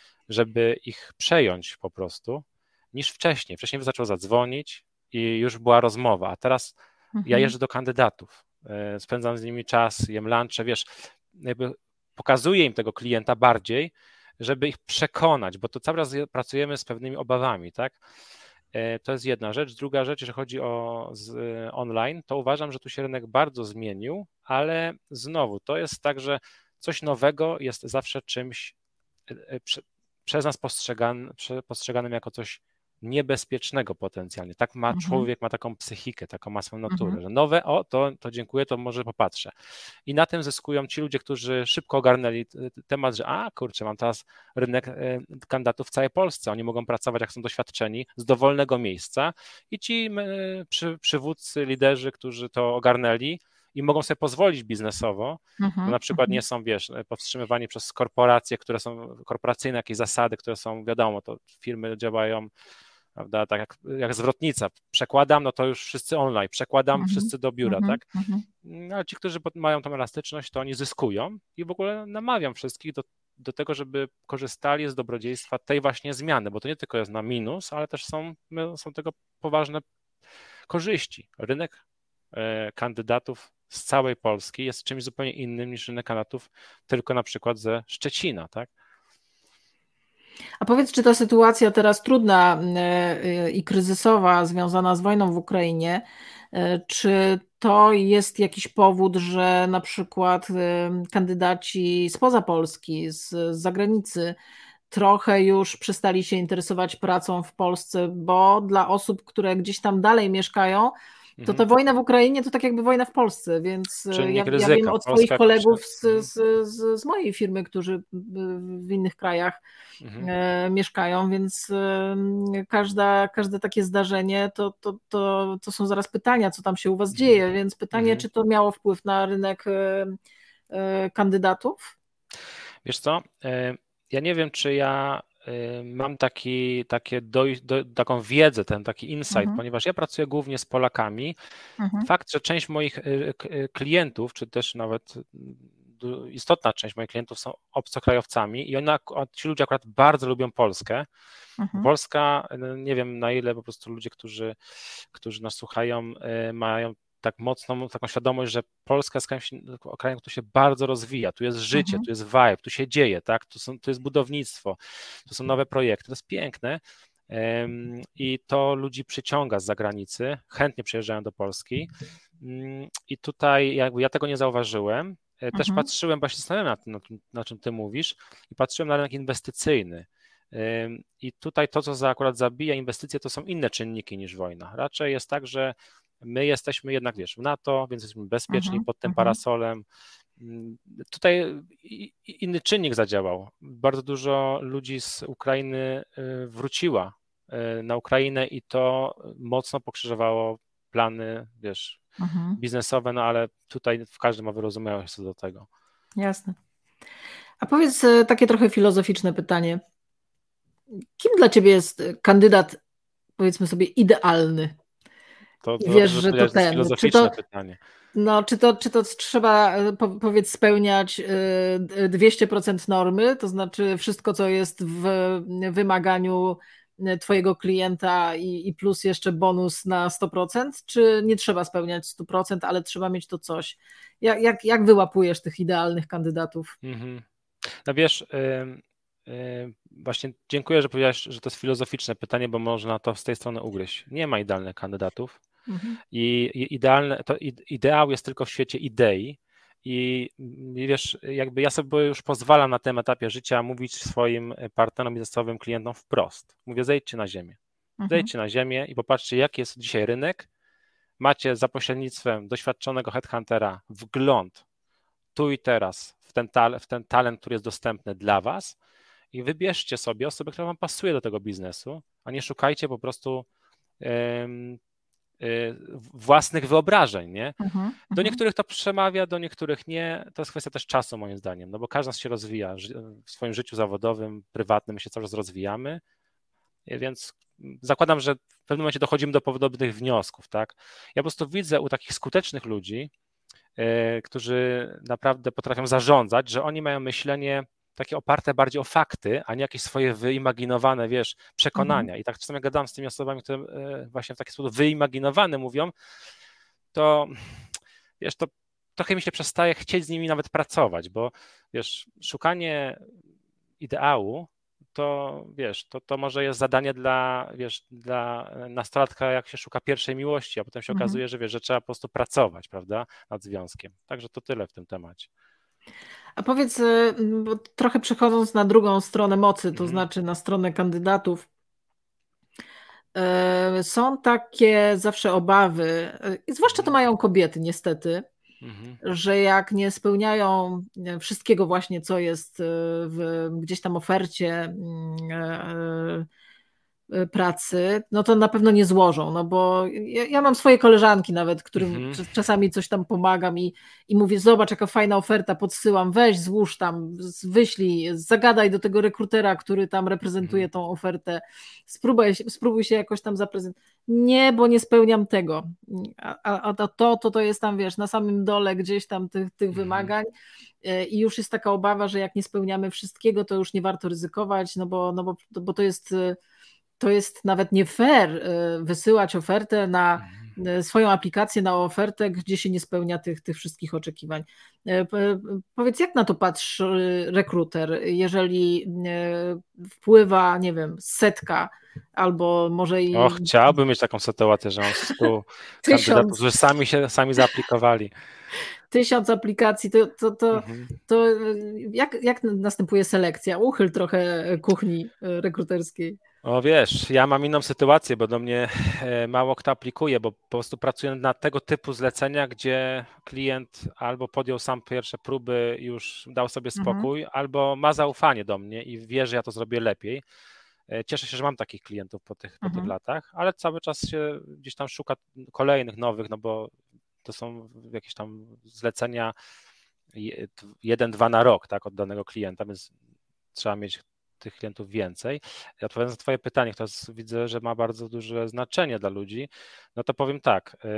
żeby ich przejąć po prostu, niż wcześniej. Wcześniej wystarczyło zadzwonić i już była rozmowa, a teraz mhm. ja jeżdżę do kandydatów, spędzam z nimi czas, jem lunche, wiesz, jakby pokazuję im tego klienta bardziej, żeby ich przekonać, bo to cały czas pracujemy z pewnymi obawami, tak? To jest jedna rzecz. Druga rzecz, jeżeli chodzi o z, online, to uważam, że tu się rynek bardzo zmienił, ale znowu to jest tak, że coś nowego jest zawsze czymś prze, przez nas postrzegane, postrzeganym jako coś niebezpiecznego potencjalnie. Tak ma mhm. człowiek, ma taką psychikę, taką ma swoją naturę, mhm. że nowe, o to, to dziękuję, to może popatrzę. I na tym zyskują ci ludzie, którzy szybko ogarnęli temat, że a kurczę, mam teraz rynek kandydatów w całej Polsce, oni mogą pracować, jak są doświadczeni, z dowolnego miejsca i ci przy, przywódcy, liderzy, którzy to ogarnęli i mogą sobie pozwolić biznesowo, mhm. bo na przykład nie są, wiesz, powstrzymywani przez korporacje, które są, korporacyjne jakieś zasady, które są, wiadomo, to firmy działają, prawda, tak jak, jak zwrotnica, przekładam, no to już wszyscy online, przekładam, mm-hmm. wszyscy do biura, mm-hmm. tak? Mm-hmm. Ale ci, którzy mają tą elastyczność, to oni zyskują i w ogóle namawiam wszystkich do, do tego, żeby korzystali z dobrodziejstwa tej właśnie zmiany, bo to nie tylko jest na minus, ale też są, są tego poważne korzyści. Rynek e, kandydatów z całej Polski jest czymś zupełnie innym niż rynek kandydatów tylko na przykład ze Szczecina, tak? A powiedz, czy ta sytuacja teraz trudna i kryzysowa, związana z wojną w Ukrainie, czy to jest jakiś powód, że na przykład kandydaci spoza Polski, z, z zagranicy, trochę już przestali się interesować pracą w Polsce, bo dla osób, które gdzieś tam dalej mieszkają, to ta wojna w Ukrainie to tak jakby wojna w Polsce, więc ja, ja wiem od swoich Polska kolegów z, z, z, z mojej firmy, którzy w innych krajach mhm. e, mieszkają, więc e, każda, każde takie zdarzenie to, to, to, to są zaraz pytania, co tam się u was mhm. dzieje, więc pytanie, mhm. czy to miało wpływ na rynek e, e, kandydatów? Wiesz co, e, ja nie wiem, czy ja mam taki, takie doj, do, taką wiedzę, ten taki insight, mhm. ponieważ ja pracuję głównie z Polakami. Mhm. Fakt, że część moich klientów, czy też nawet istotna część moich klientów są obcokrajowcami i oni, ci ludzie akurat bardzo lubią Polskę. Mhm. Polska, nie wiem na ile po prostu ludzie, którzy, którzy nas słuchają, mają tak mocną taką świadomość, że Polska jest krajem, który się bardzo rozwija, tu jest życie, mhm. tu jest vibe, tu się dzieje, tak? tu, są, tu jest budownictwo, tu są nowe projekty, to jest piękne um, i to ludzi przyciąga z zagranicy, chętnie przyjeżdżają do Polski um, i tutaj jakby ja tego nie zauważyłem, mhm. też patrzyłem, właśnie zastanawiam na tym, na, tym, na czym ty mówisz i patrzyłem na rynek inwestycyjny. Um, I tutaj to, co za, akurat zabija inwestycje, to są inne czynniki niż wojna. Raczej jest tak, że my jesteśmy jednak, wiesz, w NATO, więc jesteśmy bezpieczni uh-huh, pod tym uh-huh. parasolem. Tutaj inny czynnik zadziałał. Bardzo dużo ludzi z Ukrainy wróciła na Ukrainę i to mocno pokrzyżowało plany, wiesz, uh-huh. biznesowe, no ale tutaj w każdym ma wyrozumiałość co do tego. Jasne. A powiedz takie trochę filozoficzne pytanie. Kim dla ciebie jest kandydat, powiedzmy sobie, idealny? To, I to wiesz, dobrze, że że to powiedziałeś, to jest ten, czy filozoficzne to, pytanie. no, czy to, czy to trzeba, e, po, powiedz, spełniać e, dwieście procent normy, to znaczy wszystko, co jest w wymaganiu e, twojego klienta i, i plus jeszcze bonus na sto procent, czy nie trzeba spełniać sto procent, ale trzeba mieć to coś? Jak, jak, jak wyłapujesz tych idealnych kandydatów? Mhm. No wiesz, ym, ym, właśnie dziękuję, że powiedziałeś, że to jest filozoficzne pytanie, bo można to z tej strony ugryźć. Nie ma idealnych kandydatów Mhm. i, i idealne, to ideał jest tylko w świecie idei i wiesz, jakby ja sobie już pozwalam na tym etapie życia mówić swoim partnerom biznesowym, klientom wprost. Mówię, zejdźcie na ziemię. Mhm. Zejdźcie na ziemię i popatrzcie, jaki jest dzisiaj rynek. Macie za pośrednictwem doświadczonego headhuntera wgląd tu i teraz w ten, ta, w ten talent, który jest dostępny dla Was i wybierzcie sobie osobę, która Wam pasuje do tego biznesu, a nie szukajcie po prostu um, y, własnych wyobrażeń, nie? Mhm. Do Mhm. niektórych to przemawia, do niektórych nie. To jest kwestia też czasu, moim zdaniem, no bo każdy z nas się rozwija w swoim życiu zawodowym, prywatnym, my się cały czas rozwijamy, więc zakładam, że w pewnym momencie dochodzimy do podobnych wniosków, tak? Ja po prostu widzę u takich skutecznych ludzi, którzy naprawdę potrafią zarządzać, że oni mają myślenie takie oparte bardziej o fakty, a nie jakieś swoje wyimaginowane, wiesz, Mhm. przekonania. I tak czasami gadam z tymi osobami, które właśnie w taki sposób wyimaginowane mówią, to wiesz, to trochę mi się przestaje chcieć z nimi nawet pracować, bo wiesz, szukanie ideału to wiesz, to, to może jest zadanie dla, wiesz, dla nastolatka, jak się szuka pierwszej miłości, a potem się Mhm. okazuje, że wiesz, że trzeba po prostu pracować, prawda, nad związkiem. Także to tyle w tym temacie. A powiedz, e, bo trochę przechodząc na drugą stronę mocy, to Mhm. znaczy na stronę kandydatów, e, są takie zawsze obawy, e, i zwłaszcza to Mhm. mają kobiety niestety, Mhm. że jak nie spełniają e, wszystkiego właśnie, co jest e, w gdzieś tam ofercie mm, e, e, pracy, no to na pewno nie złożą, no bo ja, ja mam swoje koleżanki nawet, którym Mhm. czasami coś tam pomagam i, i mówię, zobacz jaka fajna oferta, podsyłam, weź złóż tam, wyślij, zagadaj do tego rekrutera, który tam Mhm. reprezentuje tą ofertę, spróbuj, spróbuj się jakoś tam zaprezentować. Nie, bo nie spełniam tego. A, a, a to, to, to jest tam, wiesz, na samym dole gdzieś tam tych, tych Mhm. wymagań i już jest taka obawa, że jak nie spełniamy wszystkiego, to już nie warto ryzykować, no bo, no bo, bo to jest to jest nawet nie fair y, wysyłać ofertę na Mhm. y, swoją aplikację na ofertę, gdzie się nie spełnia tych, tych wszystkich oczekiwań. Y, Powiedz, jak na to patrzy rekruter, jeżeli y, wpływa, nie wiem, setka albo może O, i chciałbym mieć taką sytuację, że mam stu kandydatów, tysiąc, którzy sami się sami zaaplikowali. tysiąc aplikacji, to, to, to, Mhm. to jak, jak następuje selekcja? Uchyl trochę kuchni rekruterskiej. O wiesz, ja mam inną sytuację, bo do mnie e, mało kto aplikuje, bo po prostu pracuję na tego typu zlecenia, gdzie klient albo podjął sam pierwsze próby, już dał sobie Mhm. spokój, albo ma zaufanie do mnie i wie, że ja to zrobię lepiej. E, Cieszę się, że mam takich klientów po tych, po tych Mhm. latach, ale cały czas się gdzieś tam szuka kolejnych nowych, no bo to są jakieś tam zlecenia je- jeden, dwa na rok, tak, od danego klienta, więc trzeba mieć tych klientów więcej. I odpowiadając na Twoje pytanie, które widzę, że ma bardzo duże znaczenie dla ludzi, no to powiem tak, y,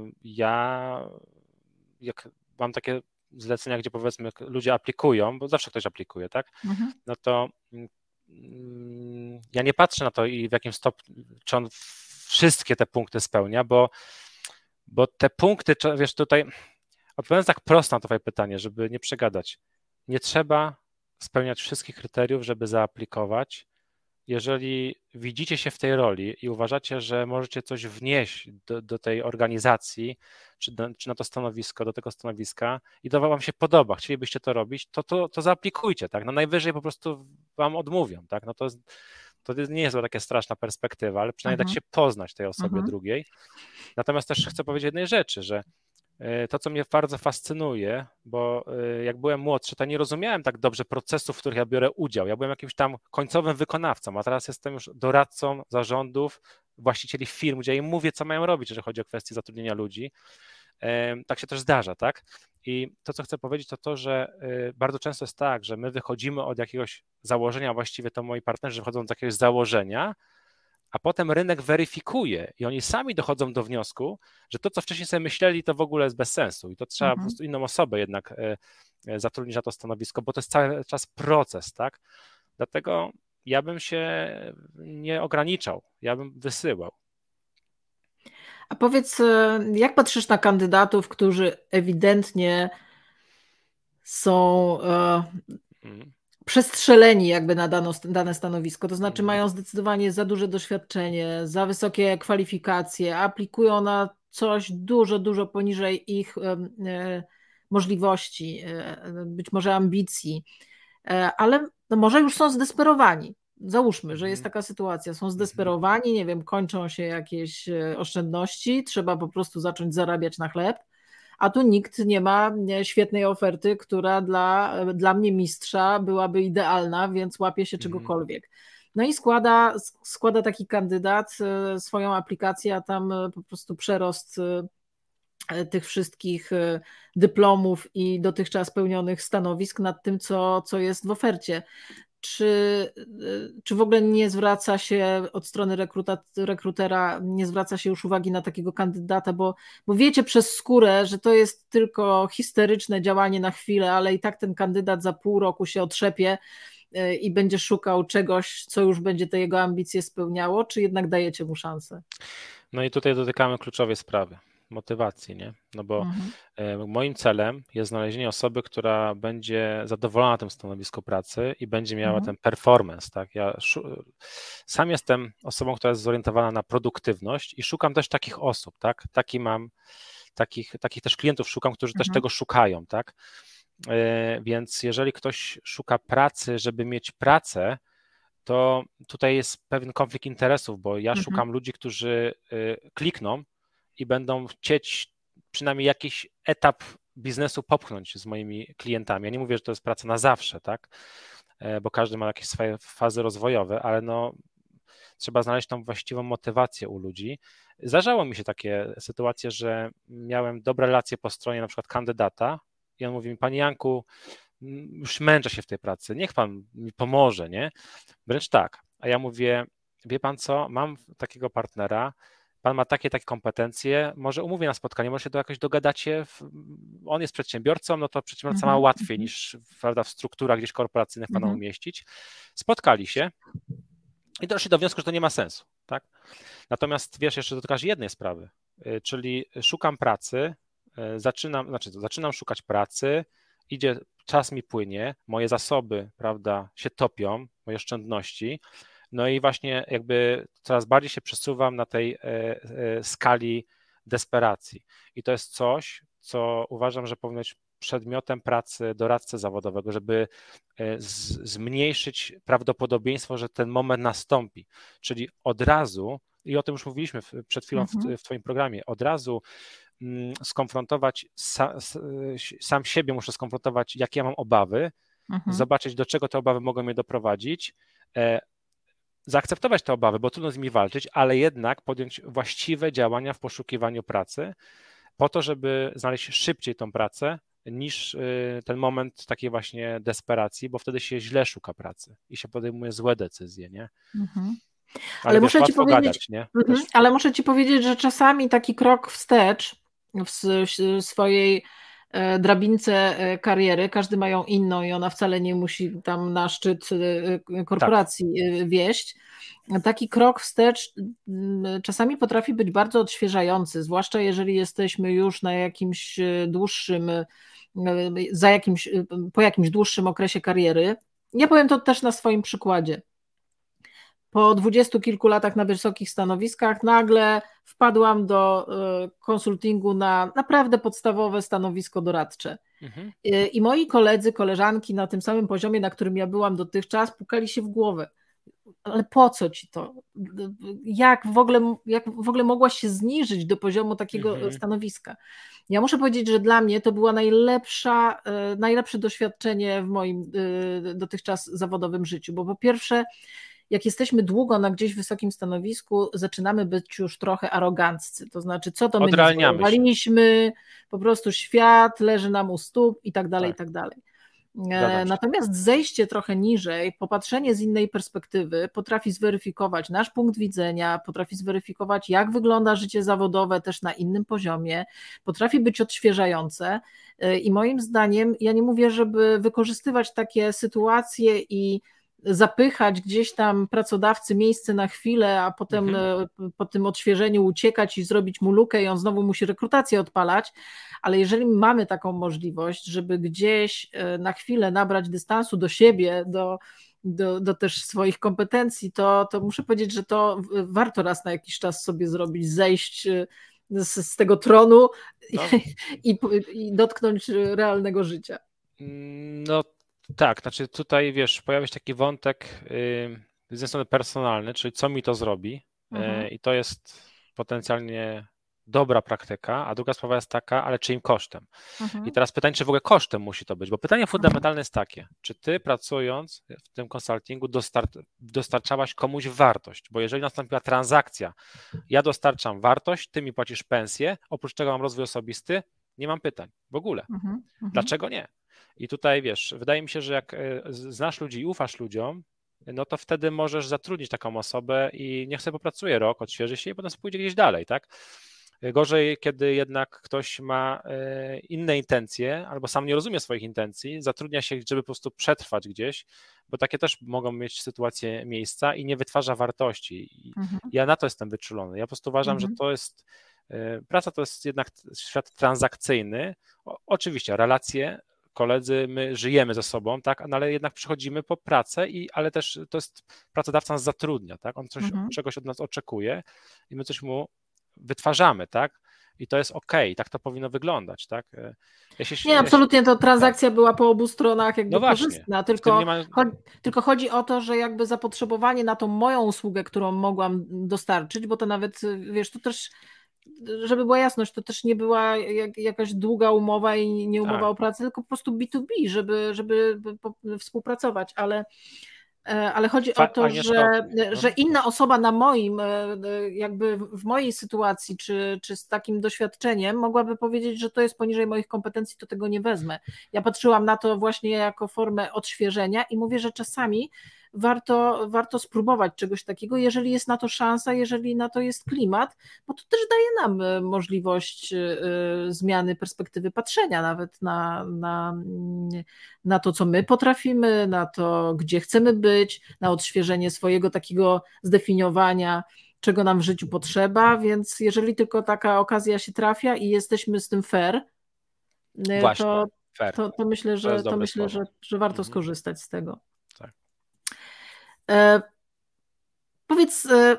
ja jak mam takie zlecenia, gdzie powiedzmy ludzie aplikują, bo zawsze ktoś aplikuje, tak, Mhm. no to mm, ja nie patrzę na to i w jakim stopniu, czy on wszystkie te punkty spełnia, bo, bo te punkty, wiesz, tutaj odpowiadając tak prosto na Twoje pytanie, żeby nie przegadać, nie trzeba spełniać wszystkich kryteriów, żeby zaaplikować. Jeżeli widzicie się w tej roli i uważacie, że możecie coś wnieść do, do tej organizacji, czy, do, czy na to stanowisko, do tego stanowiska i to wam się podoba, chcielibyście to robić, to, to, to zaaplikujcie, tak? No najwyżej po prostu wam odmówią, tak? No to, to nie jest taka straszna perspektywa, ale przynajmniej dać Mhm. się poznać tej osobie Mhm. drugiej. Natomiast też chcę powiedzieć jednej rzeczy, że to, co mnie bardzo fascynuje, bo jak byłem młodszy, to nie rozumiałem tak dobrze procesów, w których ja biorę udział. Ja byłem jakimś tam końcowym wykonawcą, a teraz jestem już doradcą zarządów, właścicieli firm, gdzie im mówię, co mają robić, jeżeli chodzi o kwestie zatrudnienia ludzi. Tak się też zdarza, tak? I to, co chcę powiedzieć, to to, że bardzo często jest tak, że my wychodzimy od jakiegoś założenia, właściwie to moi partnerzy wychodzą z jakiegoś założenia, a potem rynek weryfikuje i oni sami dochodzą do wniosku, że to, co wcześniej sobie myśleli, to w ogóle jest bez sensu i to trzeba Mhm. po prostu inną osobę jednak zatrudnić na to stanowisko, bo to jest cały czas proces, tak? Dlatego ja bym się nie ograniczał, ja bym wysyłał. A powiedz, jak patrzysz na kandydatów, którzy ewidentnie są e, mm. przestrzeleni jakby na dano, dane stanowisko, to znaczy mm. mają zdecydowanie za duże doświadczenie, za wysokie kwalifikacje, aplikują na coś dużo, dużo poniżej ich e, e, możliwości, e, być może ambicji, e, ale no może już są zdesperowani. Załóżmy, że jest taka sytuacja, są zdesperowani, nie wiem, kończą się jakieś oszczędności, trzeba po prostu zacząć zarabiać na chleb, a tu nikt nie ma świetnej oferty, która dla, dla mnie mistrza byłaby idealna, więc łapie się czegokolwiek. No i składa, składa taki kandydat swoją aplikację, a tam po prostu przerost tych wszystkich dyplomów i dotychczas pełnionych stanowisk nad tym, co, co jest w ofercie. Czy, czy w ogóle nie zwraca się od strony rekruta, rekrutera, nie zwraca się już uwagi na takiego kandydata, bo, bo wiecie przez skórę, że to jest tylko histeryczne działanie na chwilę, ale i tak ten kandydat za pół roku się otrzepie i będzie szukał czegoś, co już będzie te jego ambicje spełniało, czy jednak dajecie mu szansę? No i tutaj dotykamy kluczowej sprawy. Motywacji, nie? No bo mhm. moim celem jest znalezienie osoby, która będzie zadowolona tym stanowisku pracy i będzie miała mhm. ten performance, tak? Ja sam jestem osobą, która jest zorientowana na produktywność i szukam też takich osób, tak? Taki mam, takich, takich też klientów szukam, którzy mhm. też tego szukają, tak? Więc jeżeli ktoś szuka pracy, żeby mieć pracę, to tutaj jest pewien konflikt interesów, bo ja mhm. szukam ludzi, którzy klikną i będą chcieć przynajmniej jakiś etap biznesu popchnąć z moimi klientami. Ja nie mówię, że to jest praca na zawsze, tak? Bo każdy ma jakieś swoje fazy rozwojowe, ale no trzeba znaleźć tą właściwą motywację u ludzi. Zdarzało mi się takie sytuacje, że miałem dobre relacje po stronie na przykład kandydata i on mówi mi: Panie Janku, już męczę się w tej pracy, niech pan mi pomoże, nie? Wręcz tak. A ja mówię: wie pan co, mam takiego partnera, pan ma takie, takie kompetencje, może umówię na spotkanie, może się to jakoś dogadacie, w, on jest przedsiębiorcą, no to przedsiębiorca ma łatwiej niż, prawda, w strukturach gdzieś korporacyjnych pana umieścić. Spotkali się i doszli do wniosku, że to nie ma sensu, tak? Natomiast wiesz, jeszcze dotykasz jednej sprawy, czyli szukam pracy, zaczynam, znaczy zaczynam szukać pracy, idzie, czas mi płynie, moje zasoby, prawda, się topią, moje oszczędności, no i właśnie jakby coraz bardziej się przesuwam na tej skali desperacji. I to jest coś, co uważam, że powinno być przedmiotem pracy doradcy zawodowego, żeby z, zmniejszyć prawdopodobieństwo, że ten moment nastąpi. Czyli od razu, i o tym już mówiliśmy przed chwilą mhm. w, w twoim programie, od razu mm, skonfrontować, sa, sam siebie muszę skonfrontować, jakie ja mam obawy, mhm. zobaczyć, do czego te obawy mogą mnie doprowadzić, e, zaakceptować te obawy, bo trudno z nimi walczyć, ale jednak podjąć właściwe działania w poszukiwaniu pracy, po to, żeby znaleźć szybciej tą pracę, niż ten moment takiej właśnie desperacji, bo wtedy się źle szuka pracy i się podejmuje złe decyzje, nie? Mhm. Ale, ale wiesz, muszę ci powiedzieć, gadać, nie? Mhm. Ale muszę ci powiedzieć, że czasami taki krok wstecz w swojej drabince kariery, każdy ma ją inną i ona wcale nie musi tam na szczyt korporacji tak. wieść. Taki krok wstecz czasami potrafi być bardzo odświeżający, zwłaszcza jeżeli jesteśmy już na jakimś dłuższym, za jakimś, po jakimś dłuższym okresie kariery. Ja powiem to też na swoim przykładzie. Po dwudziestu kilku latach na wysokich stanowiskach nagle wpadłam do konsultingu na naprawdę podstawowe stanowisko doradcze. Mhm. I moi koledzy, koleżanki na tym samym poziomie, na którym ja byłam dotychczas, pukali się w głowę. Ale po co ci to? Jak w ogóle, jak w ogóle mogłaś się zniżyć do poziomu takiego mhm. stanowiska? Ja muszę powiedzieć, że dla mnie to było najlepsza, najlepsze doświadczenie w moim dotychczas zawodowym życiu, bo po pierwsze, jak jesteśmy długo na gdzieś wysokim stanowisku, zaczynamy być już trochę aroganccy, to znaczy co to my nie po prostu świat leży nam u stóp i tak dalej, tak. i tak dalej. Natomiast zejście trochę niżej, popatrzenie z innej perspektywy potrafi zweryfikować nasz punkt widzenia, potrafi zweryfikować, jak wygląda życie zawodowe też na innym poziomie, potrafi być odświeżające i moim zdaniem, ja nie mówię, żeby wykorzystywać takie sytuacje i zapychać gdzieś tam pracodawcy miejsce na chwilę, a potem mhm. po tym odświeżeniu uciekać i zrobić mu lukę i on znowu musi rekrutację odpalać, ale jeżeli mamy taką możliwość, żeby gdzieś na chwilę nabrać dystansu do siebie, do, do, do też swoich kompetencji, to, to muszę powiedzieć, że to warto raz na jakiś czas sobie zrobić, zejść z, z tego tronu no. i, i, i dotknąć realnego życia. No tak, znaczy tutaj wiesz, pojawia się taki wątek yy, z jednej strony personalny, czyli co mi to zrobi mhm. yy, i to jest potencjalnie dobra praktyka, a druga sprawa jest taka, ale czyim kosztem? Mhm. I teraz pytanie, czy w ogóle kosztem musi to być, bo pytanie fundamentalne jest takie, czy ty pracując w tym konsultingu dostar dostarczałaś komuś wartość, bo jeżeli nastąpiła transakcja, ja dostarczam wartość, ty mi płacisz pensję, oprócz tego mam rozwój osobisty, nie mam pytań w ogóle. Mhm. Dlaczego nie? I tutaj wiesz, wydaje mi się, że jak znasz ludzi i ufasz ludziom, no to wtedy możesz zatrudnić taką osobę i niech sobie popracuje rok, odświeży się i potem pójdzie gdzieś dalej, tak? Gorzej, kiedy jednak ktoś ma inne intencje albo sam nie rozumie swoich intencji, zatrudnia się, żeby po prostu przetrwać gdzieś, bo takie też mogą mieć sytuacje miejsca i nie wytwarza wartości. I mhm. ja na to jestem wyczulony. Ja po prostu uważam, mhm. że to jest, praca to jest jednak świat transakcyjny. O, oczywiście relacje, koledzy, my żyjemy ze sobą, tak, no ale jednak przychodzimy po pracę, i, ale też to jest, pracodawca nas zatrudnia, tak, on coś, mhm. czegoś od nas oczekuje i my coś mu wytwarzamy, tak, i to jest okej, okay, tak to powinno wyglądać, tak. Ja się, nie, ja absolutnie się, to transakcja tak. była po obu stronach jakby no korzystna, tylko, ma... chodzi, tylko chodzi o to, że jakby zapotrzebowanie na tą moją usługę, którą mogłam dostarczyć, bo to nawet, wiesz, to też żeby była jasność, to też nie była jak, jakaś długa umowa i nie umowa tak. o pracę, tylko po prostu B to B, żeby, żeby współpracować, ale, ale chodzi Fa o to, że, że inna osoba na moim, jakby w mojej sytuacji, czy, czy z takim doświadczeniem mogłaby powiedzieć, że to jest poniżej moich kompetencji, to tego nie wezmę. Ja patrzyłam na to właśnie jako formę odświeżenia i mówię, że czasami warto, warto spróbować czegoś takiego, jeżeli jest na to szansa, jeżeli na to jest klimat, bo to też daje nam możliwość zmiany perspektywy patrzenia nawet na, na, na to, co my potrafimy, na to, gdzie chcemy być, na odświeżenie swojego takiego zdefiniowania, czego nam w życiu potrzeba, więc jeżeli tylko taka okazja się trafia i jesteśmy z tym fair, Właśnie, to, fair. to, to myślę, że, to to myślę że, że warto mhm. skorzystać z tego. Tak. E, powiedz, e,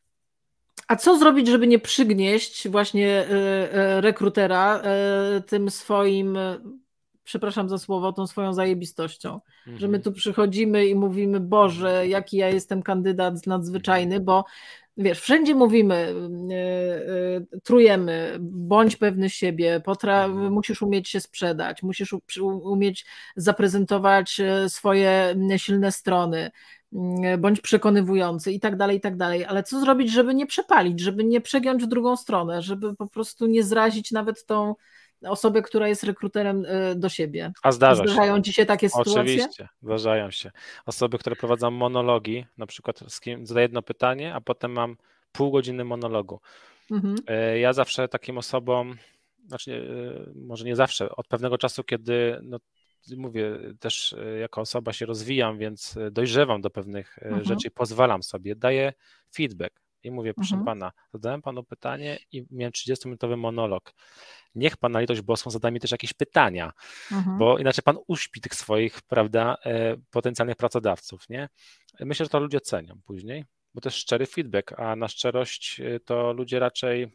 a co zrobić, żeby nie przygnieść właśnie e, e, rekrutera e, tym swoim, e, przepraszam za słowo, tą swoją zajebistością, mhm. że my tu przychodzimy i mówimy, Boże, jaki ja jestem kandydat nadzwyczajny, bo wiesz, wszędzie mówimy, y, y, trujemy, bądź pewny siebie, potra musisz umieć się sprzedać, musisz umieć zaprezentować swoje silne strony, bądź przekonywujący i tak dalej, i tak dalej. Ale co zrobić, żeby nie przepalić, żeby nie przegiąć w drugą stronę, żeby po prostu nie zrazić nawet tą osobę, która jest rekruterem do siebie. A zdarza się. Zdarzają ci się takie sytuacje? Oczywiście, zdarzają się. Osoby, które prowadzą monologi, na przykład z kim zadaję jedno pytanie, a potem mam pół godziny monologu. Mhm. Ja zawsze takim osobom, znaczy może nie zawsze, od pewnego czasu, kiedy no, mówię, też jako osoba się rozwijam, więc dojrzewam do pewnych mhm. rzeczy i pozwalam sobie, daję feedback i mówię, proszę mhm. pana, zadałem panu pytanie i miałem trzydziestominutowy monolog. Niech pan na litość boską zada mi też jakieś pytania, mhm. bo inaczej pan uśpi tych swoich, prawda, potencjalnych pracodawców, nie? Myślę, że to ludzie cenią później, bo to jest szczery feedback, a na szczerość to ludzie raczej,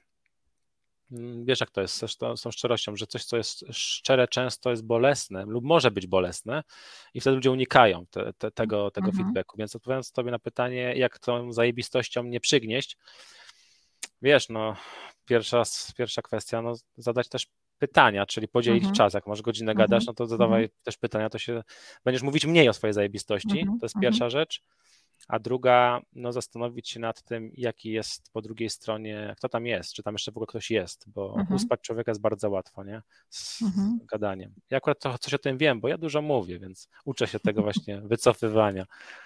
wiesz jak to jest z tą szczerością, że coś, co jest szczere, często jest bolesne lub może być bolesne i wtedy ludzie unikają te, te, tego, tego mhm. feedbacku, więc odpowiadając tobie na pytanie, jak tą zajebistością nie przygnieść, wiesz, no pierwsza, pierwsza kwestia, no zadać też pytania, czyli podzielić mhm. czas, jak masz godzinę mhm. gadasz, no to zadawaj mhm. też pytania, to się będziesz mówić mniej o swojej zajebistości, mhm. to jest pierwsza rzecz. a druga, no zastanowić się nad tym, jaki jest po drugiej stronie, kto tam jest, czy tam jeszcze w ogóle ktoś jest, bo Mhm. uspać człowieka jest bardzo łatwo, nie? Z Mhm. gadaniem. Ja akurat to, coś o tym wiem, bo ja dużo mówię, więc uczę się tego właśnie wycofywania.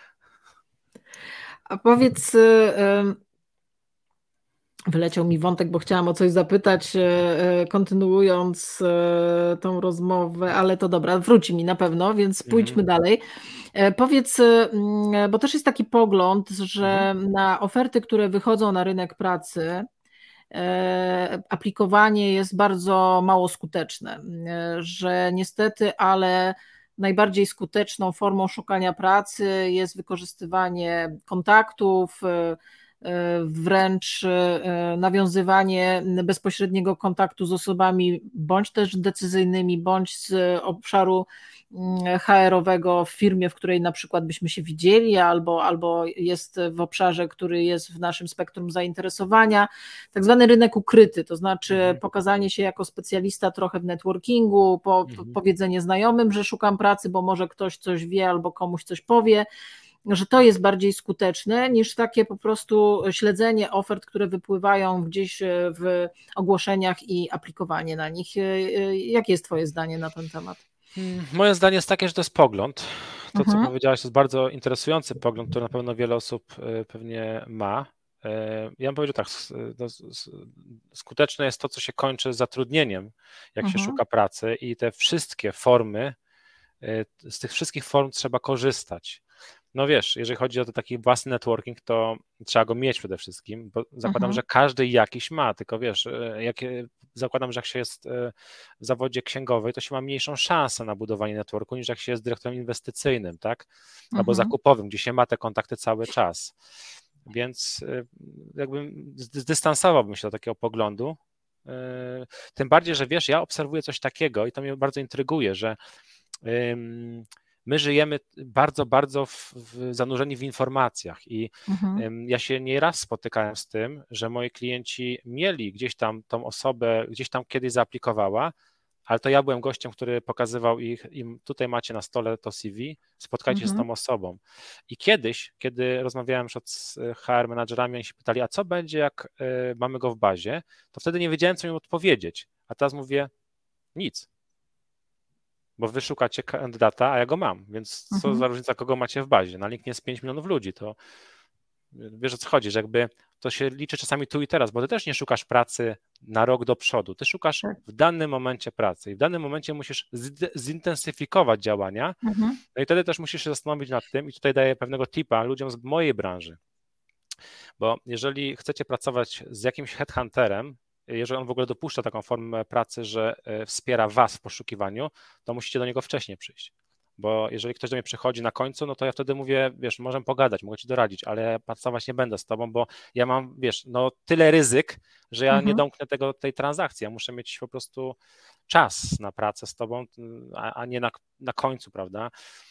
A powiedz, y, y, wyleciał mi wątek, bo chciałam o coś zapytać, y, y, kontynuując y, tą rozmowę, ale to dobra, wróci mi na pewno, więc pójdźmy Mhm. dalej. E, Powiedz, y, mm, bo też jest taki pogląd, że Mhm. na oferty, które wychodzą na rynek pracy, e, aplikowanie jest bardzo mało skuteczne, e, że niestety, ale najbardziej skuteczną formą szukania pracy jest wykorzystywanie kontaktów, e, e, wręcz e, nawiązywanie bezpośredniego kontaktu z osobami bądź też decyzyjnymi, bądź z obszaru H R-owego w firmie, w której na przykład byśmy się widzieli, albo, albo jest w obszarze, który jest w naszym spektrum zainteresowania. Tak zwany rynek ukryty, to znaczy Mhm. pokazanie się jako specjalista trochę w networkingu, po, Mhm. powiedzenie znajomym, że szukam pracy, bo może ktoś coś wie albo komuś coś powie, że to jest bardziej skuteczne niż takie po prostu śledzenie ofert, które wypływają gdzieś w ogłoszeniach i aplikowanie na nich. Jakie jest Twoje zdanie na ten temat? Moje zdanie jest takie, że to jest pogląd. To, co Mhm. powiedziałaś, to jest bardzo interesujący pogląd, który na pewno wiele osób y, pewnie ma. Y, Ja bym powiedział tak, s- no, s- s- skuteczne jest to, co się kończy zatrudnieniem, jak się Mhm. szuka pracy i te wszystkie formy, y, z tych wszystkich form trzeba korzystać. No wiesz, jeżeli chodzi o to taki własny networking, to trzeba go mieć przede wszystkim, bo zakładam, Mhm. że każdy jakiś ma, tylko wiesz, e, jak, zakładam, że jak się jest e, w zawodzie księgowej, to się ma mniejszą szansę na budowanie networku niż jak się jest dyrektorem inwestycyjnym, tak? Albo Mhm. zakupowym, gdzie się ma te kontakty cały czas. Więc e, jakby zdystansowałbym się do takiego poglądu. E, Tym bardziej, że wiesz, ja obserwuję coś takiego i to mnie bardzo intryguje, że my żyjemy bardzo, bardzo w, w zanurzeni w informacjach i Mhm. ja się nieraz spotykałem z tym, że moi klienci mieli gdzieś tam tą osobę, gdzieś tam kiedyś zaaplikowała, ale to ja byłem gościem, który pokazywał ich, im tutaj macie na stole to C V, spotkajcie się z Mhm. tą osobą. I kiedyś, kiedy rozmawiałem już z H R menadżerami, oni się pytali, a co będzie, jak mamy go w bazie, to wtedy nie wiedziałem, co im odpowiedzieć. A teraz mówię, nic, bo wy szukacie kandydata, a ja go mam, więc co za Mhm. różnica, kogo macie w bazie. Na LinkedIn jest pięć milionów ludzi, to wiesz, o co chodzi, że jakby to się liczy czasami tu i teraz, bo ty też nie szukasz pracy na rok do przodu, ty szukasz Tak. w danym momencie pracy i w danym momencie musisz zintensyfikować działania, Mhm. no i wtedy też musisz się zastanowić nad tym i tutaj daję pewnego tipa ludziom z mojej branży, bo jeżeli chcecie pracować z jakimś headhunterem, jeżeli on w ogóle dopuszcza taką formę pracy, że wspiera was w poszukiwaniu, to musicie do niego wcześniej przyjść. Bo jeżeli ktoś do mnie przychodzi na końcu, no to ja wtedy mówię, wiesz, możemy pogadać, mogę ci doradzić, ale ja pracować nie będę z tobą, bo ja mam, wiesz, no tyle ryzyk, że ja nie Mhm. domknę tego, tej transakcji. Ja muszę mieć po prostu czas na pracę z tobą, a, a nie na, na końcu, prawda?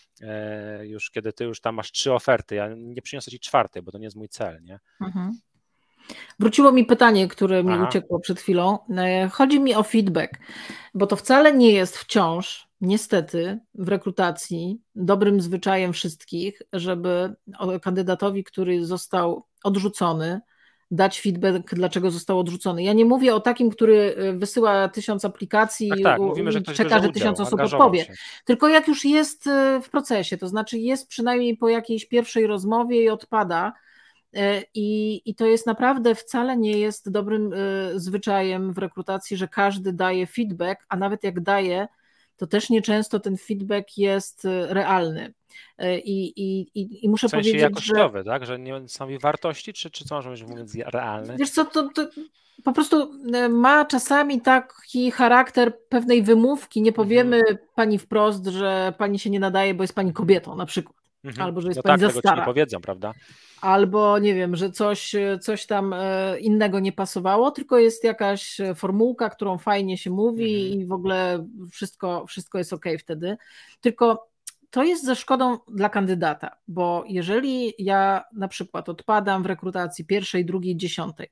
E, już kiedy ty już tam masz trzy oferty, ja nie przyniosę ci czwartej, bo to nie jest mój cel, nie? Mhm. Wróciło mi pytanie, które mi Aha. uciekło przed chwilą. Chodzi mi o feedback, bo to wcale nie jest wciąż, niestety, w rekrutacji dobrym zwyczajem wszystkich, żeby kandydatowi, który został odrzucony, dać feedback, dlaczego został odrzucony. Ja nie mówię o takim, który wysyła tysiąc Tak, aplikacji tak, mówimy, że i ktoś czeka, bierze że tysiąc udział, osób angażował odpowie. się. Tylko jak już jest w procesie, to znaczy jest przynajmniej po jakiejś pierwszej rozmowie i odpada, I, I to jest naprawdę wcale nie jest dobrym y, zwyczajem w rekrutacji, że każdy daje feedback, a nawet jak daje, to też nieczęsto ten feedback jest realny. I, i, i, i muszę W sensie powiedzieć, że jakościowe, tak? Że nie stanowi wartości, czy, czy co możemy mówiąc realny? wiesz co, to, to po prostu ma czasami taki charakter pewnej wymówki. Nie Mhm, powiemy pani wprost, że pani się nie nadaje, bo jest pani mhm, kobietą na przykład, mhm. albo że jest No pani tak, za tego ci nie stara. powiedzą, prawda? Albo nie wiem, że coś, coś tam innego nie pasowało, tylko jest jakaś formułka, którą fajnie się mówi Mhm. i w ogóle wszystko, wszystko jest okej wtedy. Tylko to jest ze szkodą dla kandydata, bo jeżeli ja na przykład odpadam w rekrutacji pierwszej, drugiej, dziesiątej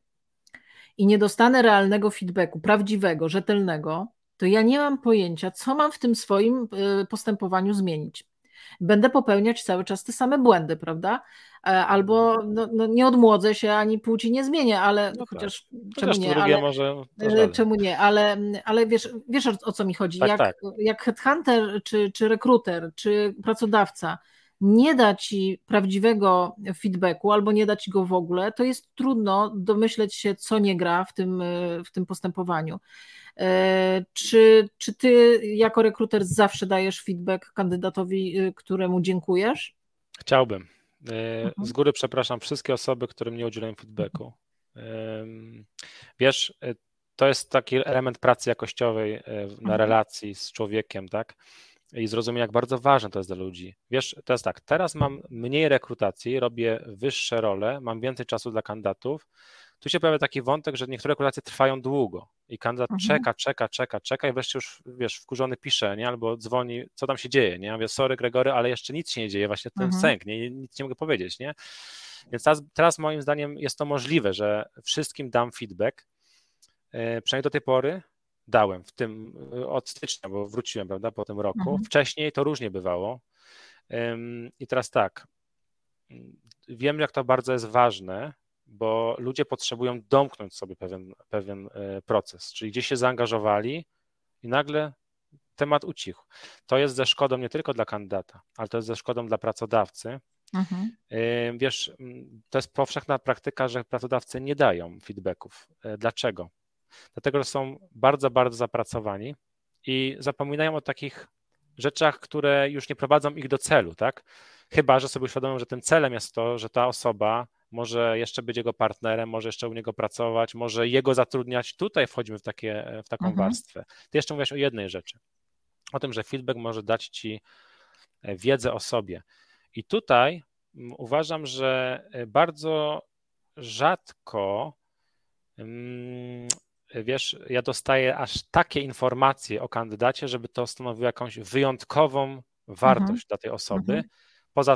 i nie dostanę realnego feedbacku, prawdziwego, rzetelnego, to ja nie mam pojęcia, co mam w tym swoim postępowaniu zmienić. Będę popełniać cały czas te same błędy, prawda? Albo no, no nie odmłodzę się, ani płci nie zmienię, ale No chociaż tak. czemu Chociaż to nie, drugie ale może też radę. czemu nie, ale, ale wiesz, wiesz o, o co mi chodzi. Tak, jak, tak. jak headhunter, czy, czy rekruter, czy pracodawca nie da ci prawdziwego feedbacku albo nie da ci go w ogóle, to jest trudno domyśleć się, co nie gra w tym, w tym postępowaniu. Czy, czy ty jako rekruter zawsze dajesz feedback kandydatowi, któremu dziękujesz? Chciałbym. Mhm. Z góry przepraszam wszystkie osoby, którym nie udzielałem feedbacku. Wiesz, to jest taki element pracy jakościowej na relacji z człowiekiem, tak? I zrozumieć, jak bardzo ważne to jest dla ludzi. Wiesz, to jest tak, teraz mam mniej rekrutacji, robię wyższe role, mam więcej czasu dla kandydatów. Tu się pojawia taki wątek, że niektóre rekrutacje trwają długo i kandydat Mhm. czeka, czeka, czeka, czeka i wreszcie już, wiesz, wkurzony pisze, nie? Albo dzwoni, co tam się dzieje, nie? Ja mówię, sorry Gregory, ale jeszcze nic się nie dzieje, właśnie ten Mhm. sęk, nie? Nic nie mogę powiedzieć, nie? Więc teraz, teraz moim zdaniem jest to możliwe, że wszystkim dam feedback, yy, przynajmniej do tej pory dałem, w tym od stycznia, bo wróciłem, prawda, po tym roku. Mhm. Wcześniej to różnie bywało. Ym, I teraz tak, wiem, jak to bardzo jest ważne, bo ludzie potrzebują domknąć sobie pewien, pewien proces, czyli gdzieś się zaangażowali i nagle temat ucichł. To jest ze szkodą nie tylko dla kandydata, ale to jest ze szkodą dla pracodawcy. Mhm. Wiesz, to jest powszechna praktyka, że pracodawcy nie dają feedbacków. Dlaczego? Dlatego, że są bardzo, bardzo zapracowani i zapominają o takich rzeczach, które już nie prowadzą ich do celu, tak? Chyba że sobie uświadomią, że tym celem jest to, że ta osoba może jeszcze być jego partnerem, może jeszcze u niego pracować, może jego zatrudniać. Tutaj wchodzimy w, takie, w taką Mhm. warstwę. Ty jeszcze mówiłaś o jednej rzeczy, o tym, że feedback może dać ci wiedzę o sobie. I tutaj uważam, że bardzo rzadko, wiesz, ja dostaję aż takie informacje o kandydacie, żeby to stanowiło jakąś wyjątkową wartość mhm. dla tej osoby. Mhm. Poza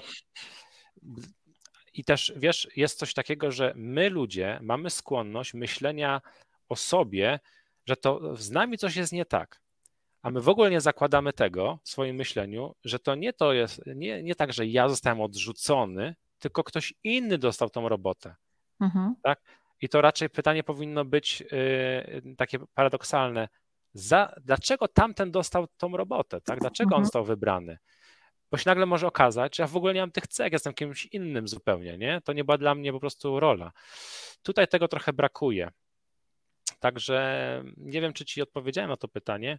I też, wiesz, jest coś takiego, że my ludzie mamy skłonność myślenia o sobie, że to z nami coś jest nie tak, a my w ogóle nie zakładamy tego w swoim myśleniu, że to nie to jest, nie, nie tak, że ja zostałem odrzucony, tylko ktoś inny dostał tą robotę, mhm. tak? I to raczej pytanie powinno być yy, takie paradoksalne. Za, dlaczego tamten dostał tą robotę, tak? Dlaczego mhm. on został wybrany? Bo się nagle może okazać, że ja w ogóle nie mam tych cech, jestem kimś innym zupełnie, nie? To nie była dla mnie po prostu rola. Tutaj tego trochę brakuje. Także nie wiem, czy ci odpowiedziałem na to pytanie,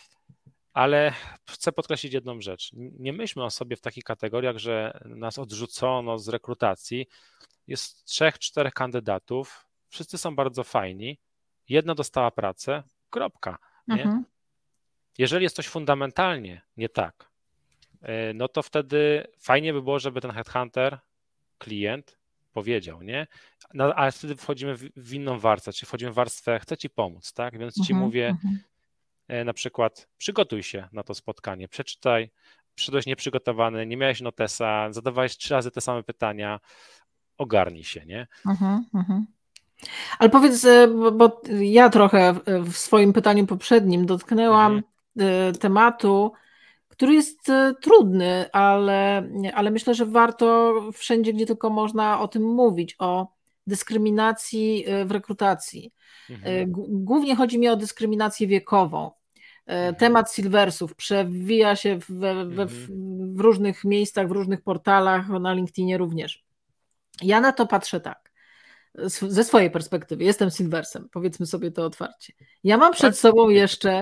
ale chcę podkreślić jedną rzecz. Nie myślmy o sobie w takich kategoriach, że nas odrzucono z rekrutacji. Jest trzech, czterech kandydatów, wszyscy są bardzo fajni, jedna dostała pracę, kropka, nie? Mhm. Jeżeli jest coś fundamentalnie nie tak, no to wtedy fajnie by było, żeby ten headhunter, klient powiedział, nie? No, ale wtedy wchodzimy w, w inną warstwę, czyli wchodzimy w warstwę, chcę ci pomóc, tak? Więc ci mm-hmm, mówię mm-hmm. na przykład przygotuj się na to spotkanie, przeczytaj, przyszedłeś nieprzygotowany, nie miałeś notesa, zadawałeś trzy razy te same pytania, ogarnij się, nie? Mm-hmm, mm-hmm. Ale powiedz, bo, bo ja trochę w swoim pytaniu poprzednim dotknęłam mm-hmm. tematu, który jest trudny, ale, ale myślę, że warto wszędzie, gdzie tylko można o tym mówić, o dyskryminacji w rekrutacji. Mhm. Głównie chodzi mi o dyskryminację wiekową. Mhm. Temat silversów przewija się we, we, mhm. w różnych miejscach, w różnych portalach, na LinkedInie również. Ja na to patrzę tak, ze swojej perspektywy, jestem silversem, powiedzmy sobie to otwarcie. Ja mam przed tak? sobą jeszcze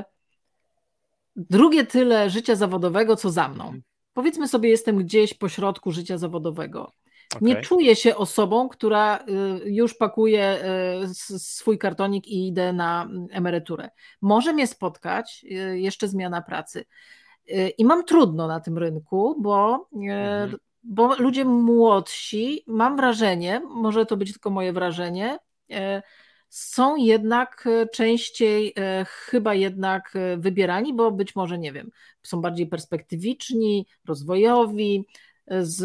drugie tyle życia zawodowego, co za mną. Mhm. Powiedzmy sobie, jestem gdzieś po środku życia zawodowego. Okay. Nie czuję się osobą, która już pakuje swój kartonik i idę na emeryturę. Może mnie spotkać jeszcze zmiana pracy. I mam trudno na tym rynku, bo, mhm. bo ludzie młodsi, mam wrażenie, może to być tylko moje wrażenie, są jednak częściej chyba jednak wybierani, bo być może, nie wiem, są bardziej perspektywiczni, rozwojowi, z,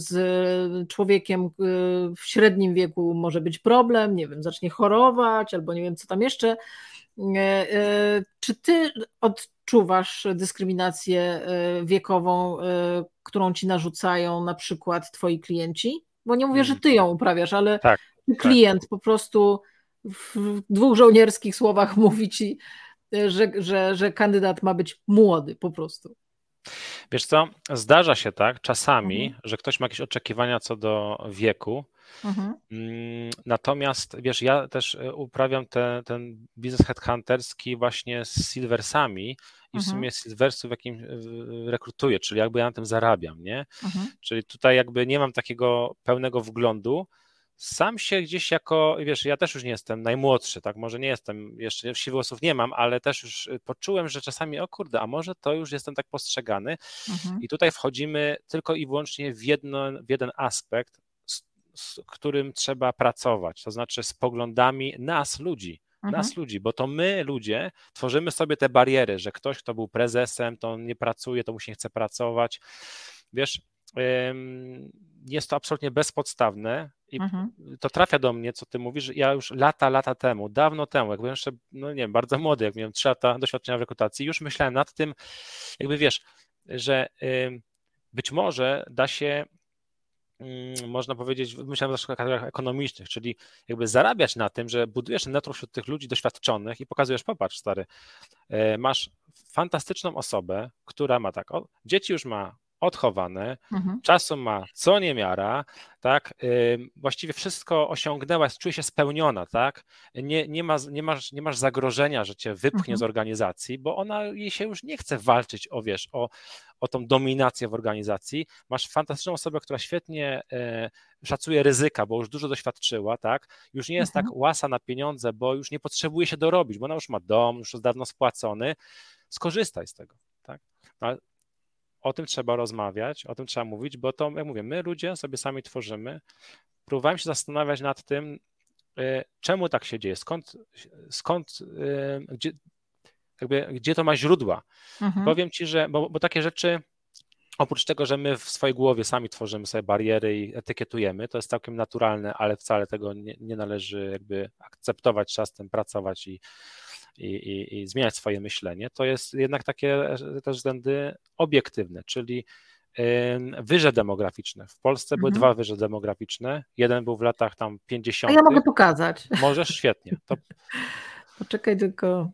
z człowiekiem w średnim wieku może być problem, nie wiem, zacznie chorować albo nie wiem co tam jeszcze Czy ty odczuwasz dyskryminację wiekową, którą ci narzucają na przykład twoi klienci? Bo nie mówię, że ty ją uprawiasz, ale tak, klient tak. po prostu w dwóch żołnierskich słowach mówi ci, że, że, że kandydat ma być młody po prostu. Wiesz co, zdarza się tak czasami, mhm. że ktoś ma jakieś oczekiwania co do wieku, mhm. natomiast wiesz, ja też uprawiam te, ten biznes headhunterski właśnie z silversami i w mhm. sumie silversów jakim rekrutuję, czyli jakby ja na tym zarabiam, nie? Mhm. Czyli tutaj jakby nie mam takiego pełnego wglądu. Sam się gdzieś jako, wiesz, ja też już nie jestem najmłodszy, tak, może nie jestem, jeszcze siwosów nie mam, ale też już poczułem, że czasami, o kurde, a może to już jestem tak postrzegany mhm. i tutaj wchodzimy tylko i wyłącznie w, jedno, w jeden aspekt, z, z którym trzeba pracować, to znaczy z poglądami nas, ludzi, mhm. nas, ludzi, bo to my, ludzie, tworzymy sobie te bariery, że ktoś, kto był prezesem, to on nie pracuje, to mu się nie chce pracować, wiesz, ym, jest to absolutnie bezpodstawne i mhm. to trafia do mnie, co ty mówisz, ja już lata, lata temu, dawno temu, jak byłem jeszcze, no nie wiem, bardzo młody, jak miałem trzy lata doświadczenia w rekrutacji, już myślałem nad tym, jakby wiesz, że y, być może da się, y, można powiedzieć, myślałem w kategoriach ekonomicznych, czyli jakby zarabiać na tym, że budujesz network wśród tych ludzi doświadczonych i pokazujesz, popatrz stary, y, masz fantastyczną osobę, która ma tak, o, dzieci już ma odchowane, mhm. czasu ma co niemiara, tak, yy, właściwie wszystko osiągnęła, czuje się spełniona, tak, nie, nie, ma, nie, masz, nie masz zagrożenia, że cię wypchnie mhm. z organizacji, bo ona, jej się już nie chce walczyć o, wiesz, o, o tą dominację w organizacji, masz fantastyczną osobę, która świetnie yy, szacuje ryzyka, bo już dużo doświadczyła, tak, już nie jest mhm. tak łasa na pieniądze, bo już nie potrzebuje się dorobić, bo ona już ma dom, już jest dawno spłacony, skorzystaj z tego, tak, ale o tym trzeba rozmawiać, o tym trzeba mówić, bo to, jak mówię, my ludzie sobie sami tworzymy. Próbowałem się zastanawiać nad tym, czemu tak się dzieje, skąd, skąd gdzie, jakby, gdzie to ma źródła. Mhm. Powiem ci, że, bo, bo takie rzeczy, oprócz tego, że my w swojej głowie sami tworzymy sobie bariery i etykietujemy, to jest całkiem naturalne, ale wcale tego nie, nie należy jakby akceptować, trzeba z tym pracować i I, i, i zmieniać swoje myślenie, to jest jednak takie też względy obiektywne, czyli wyże demograficzne. W Polsce mhm. były dwa wyże demograficzne, jeden był w latach tam pięćdziesiątych. A ja mogę pokazać. Możesz, świetnie. To... Poczekaj tylko.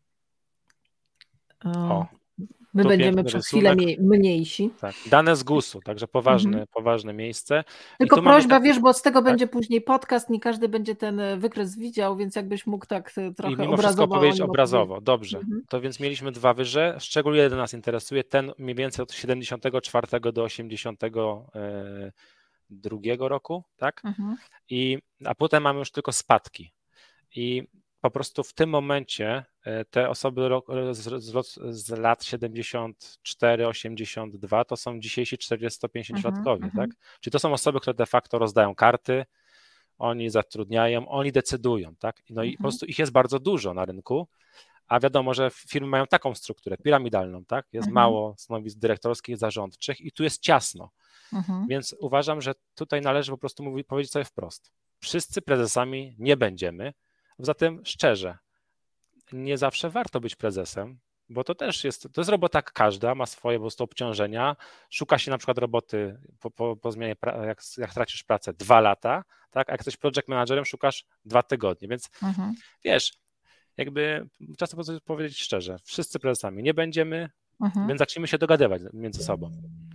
O. o. My Tu będziemy przez chwilę mniejsi. Tak, dane z gusu, także poważne, mhm. poważne miejsce. Tylko prośba, tak... wiesz, bo z tego tak? będzie później podcast, nie każdy będzie ten wykres widział, więc jakbyś mógł tak trochę I mimo obrazowo wszystko powiedzieć obrazowo, opowiedzieć. dobrze. Mhm. To więc mieliśmy dwa wyże, szczególnie jeden nas interesuje, ten mniej więcej od siedemdziesiątego czwartego do osiemdziesiątego drugiego roku, tak? Mhm. I, a potem mamy już tylko spadki. I po prostu w tym momencie te osoby z, z, z lat siedemdziesiąt cztery osiemdziesiąt dwa to są dzisiejsi czterdziesto-pięćdziesięciolatkowie, uh-huh, tak? Uh-huh. Czyli to są osoby, które de facto rozdają karty, oni zatrudniają, oni decydują, tak? No uh-huh. i po prostu ich jest bardzo dużo na rynku, a wiadomo, że firmy mają taką strukturę piramidalną, tak? Jest uh-huh. mało stanowisk dyrektorskich, zarządczych i tu jest ciasno. Uh-huh. Więc uważam, że tutaj należy po prostu mówić, powiedzieć sobie wprost. Wszyscy prezesami nie będziemy. Zatem szczerze, nie zawsze warto być prezesem, bo to też jest, to jest robota jak każda, ma swoje po prostu obciążenia, szuka się na przykład roboty po, po, po zmianie, jak, jak tracisz pracę dwa lata, tak, a jak jesteś project managerem, szukasz dwa tygodnie, więc mhm. wiesz, jakby czasem powiedzieć szczerze, wszyscy prezesami nie będziemy, mhm. więc zacznijmy się dogadywać między sobą.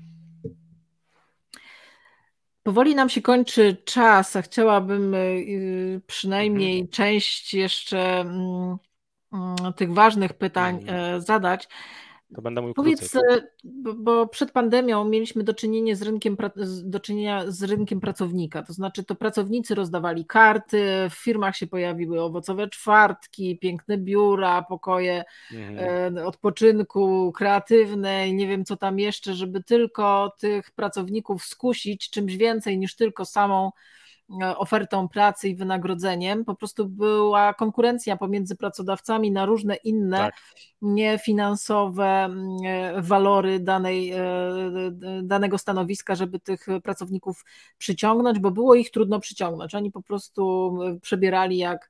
Powoli nam się kończy czas, a chciałabym przynajmniej mhm. część jeszcze tych ważnych pytań mhm. zadać. To będę mówił Powiedz, krócej. bo, bo przed pandemią mieliśmy do czynienia z rynkiem, do czynienia z rynkiem pracownika, to znaczy to pracownicy rozdawali karty, w firmach się pojawiły owocowe czwartki, piękne biura, pokoje mhm. odpoczynku, kreatywne i nie wiem co tam jeszcze, żeby tylko tych pracowników skusić czymś więcej niż tylko samą ofertą pracy i wynagrodzeniem. Po prostu była konkurencja pomiędzy pracodawcami na różne inne tak. niefinansowe walory danej, danego stanowiska, żeby tych pracowników przyciągnąć, bo było ich trudno przyciągnąć. Oni po prostu przebierali jak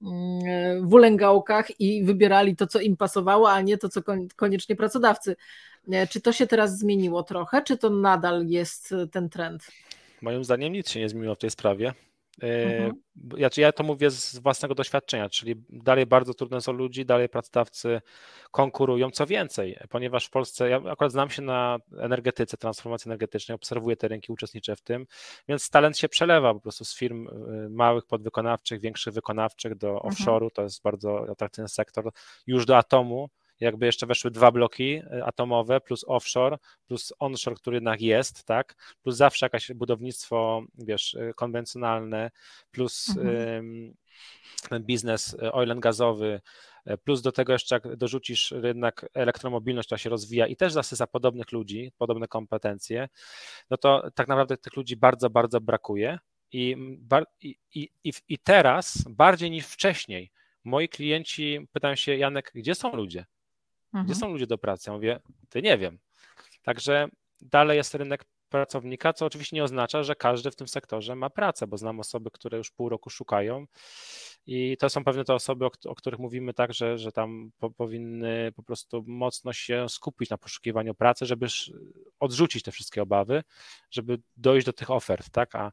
w ulęgałkach i wybierali to, co im pasowało, a nie to, co koniecznie pracodawcy. Czy to się teraz zmieniło trochę, czy to nadal jest ten trend? Moim zdaniem nic się nie zmieniło w tej sprawie. Mhm. Ja, ja to mówię z własnego doświadczenia, czyli dalej bardzo trudno są ludzi, dalej pracodawcy konkurują, co więcej, ponieważ w Polsce, ja akurat znam się na energetyce, transformacji energetycznej, obserwuję te rynki, uczestniczę w tym, więc talent się przelewa po prostu z firm małych podwykonawczych, większych wykonawczych do offshore'u, mhm. To jest bardzo atrakcyjny sektor, już do atomu, jakby jeszcze weszły dwa bloki atomowe, plus offshore, plus onshore, który jednak jest, tak, plus zawsze jakieś budownictwo, wiesz, konwencjonalne, plus mhm. biznes oil and gazowy, plus do tego jeszcze jak dorzucisz jednak elektromobilność, która się rozwija i też zasysa podobnych ludzi, podobne kompetencje, no to tak naprawdę tych ludzi bardzo, bardzo brakuje i, i, i, i teraz bardziej niż wcześniej moi klienci pytają się, Janek, gdzie są ludzie? Gdzie mhm. są ludzie do pracy? Ja mówię, ty nie wiem. Także dalej jest rynek pracownika, co oczywiście nie oznacza, że każdy w tym sektorze ma pracę, bo znam osoby, które już pół roku szukają i to są pewnie te osoby, o, o których mówimy tak, że, że tam po, powinny po prostu mocno się skupić na poszukiwaniu pracy, żeby odrzucić te wszystkie obawy, żeby dojść do tych ofert, tak? A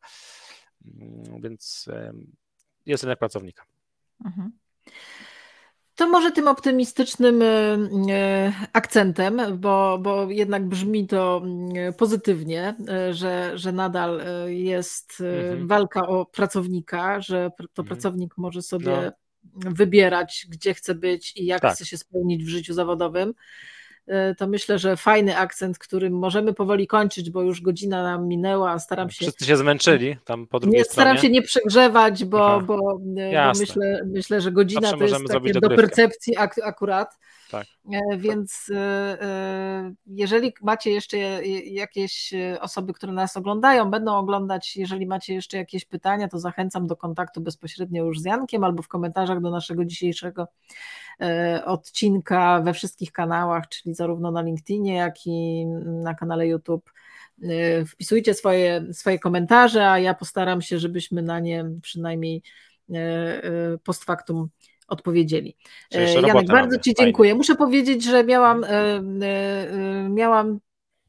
więc jest rynek pracownika. Mhm. To może tym optymistycznym akcentem, bo, bo jednak brzmi to pozytywnie, że, że nadal jest mhm. walka o pracownika, że to mhm. pracownik może sobie no. wybierać, gdzie chce być i jak tak. chce się spełnić w życiu zawodowym. To myślę, że fajny akcent, którym możemy powoli kończyć, bo już godzina nam minęła, staram się... Wszyscy się zmęczyli tam po drugiej nie, stronie. Staram się nie przegrzewać, bo, bo, bo myślę, myślę, że godzina Zawsze to jest takie do percepcji ak- akurat. Tak. Więc jeżeli macie jeszcze jakieś osoby, które nas oglądają, będą oglądać, jeżeli macie jeszcze jakieś pytania, to zachęcam do kontaktu bezpośrednio już z Jankiem albo w komentarzach do naszego dzisiejszego odcinka we wszystkich kanałach, czyli zarówno na LinkedInie, jak i na kanale YouTube. Wpisujcie swoje, swoje komentarze, a ja postaram się, żebyśmy na nie przynajmniej post factum odpowiedzieli. Janek, bardzo Ci dziękuję. Fajnie. Muszę powiedzieć, że miałam, miałam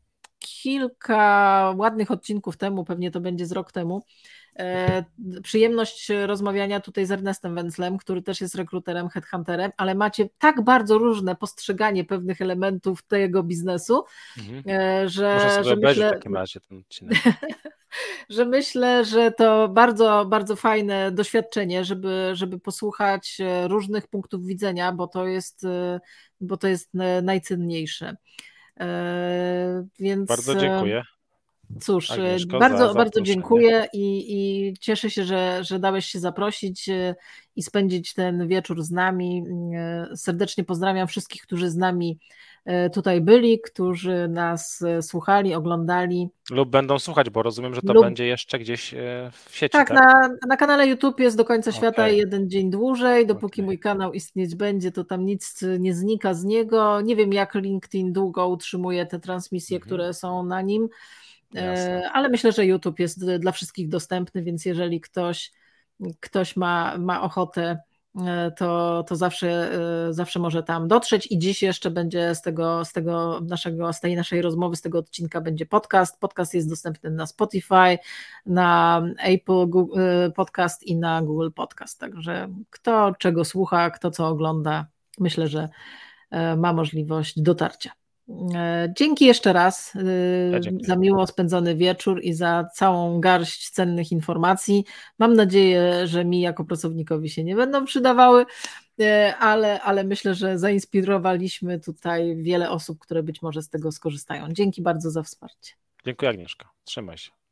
kilka ładnych odcinków temu, pewnie to będzie z rok temu, przyjemność rozmawiania tutaj z Ernestem Wenzlem, który też jest rekruterem, headhunterem, ale macie tak bardzo różne postrzeganie pewnych elementów tego biznesu, mhm. że, Muszę sobie że myślę, w takim razie ten odcinek. że myślę, że to bardzo, bardzo fajne doświadczenie, żeby, żeby posłuchać różnych punktów widzenia, bo to jest, bo to jest najcenniejsze. Więc... Bardzo dziękuję. Cóż, Agnieszko, bardzo, bardzo dziękuję i, i cieszę się, że, że dałeś się zaprosić i spędzić ten wieczór z nami. Serdecznie pozdrawiam wszystkich, którzy z nami tutaj byli, którzy nas słuchali, oglądali. Lub będą słuchać, bo rozumiem, że to Lub... będzie jeszcze gdzieś w sieci. Tak, tak? Na, na kanale YouTube jest do końca świata okay. jeden dzień dłużej. Dopóki okay. mój kanał istnieć będzie, to tam nic nie znika z niego. Nie wiem, jak LinkedIn długo utrzymuje te transmisje, mhm. które są na nim. Jasne. Ale myślę, że YouTube jest dla wszystkich dostępny, więc jeżeli ktoś, ktoś ma, ma ochotę, to, to zawsze, zawsze może tam dotrzeć i dziś jeszcze będzie z tego, z tego naszego, z tej naszej rozmowy, z tego odcinka będzie podcast. Podcast jest dostępny na Spotify, na Apple Google Podcast i na Google Podcast, także kto czego słucha, kto co ogląda, myślę, że ma możliwość dotarcia. Dzięki jeszcze raz ja za miło spędzony wieczór i za całą garść cennych informacji. Mam nadzieję, że mi jako pracownikowi się nie będą przydawały, ale, ale myślę, że zainspirowaliśmy tutaj wiele osób, które być może z tego skorzystają. Dzięki bardzo za wsparcie. Dziękuję, Agnieszka. Trzymaj się.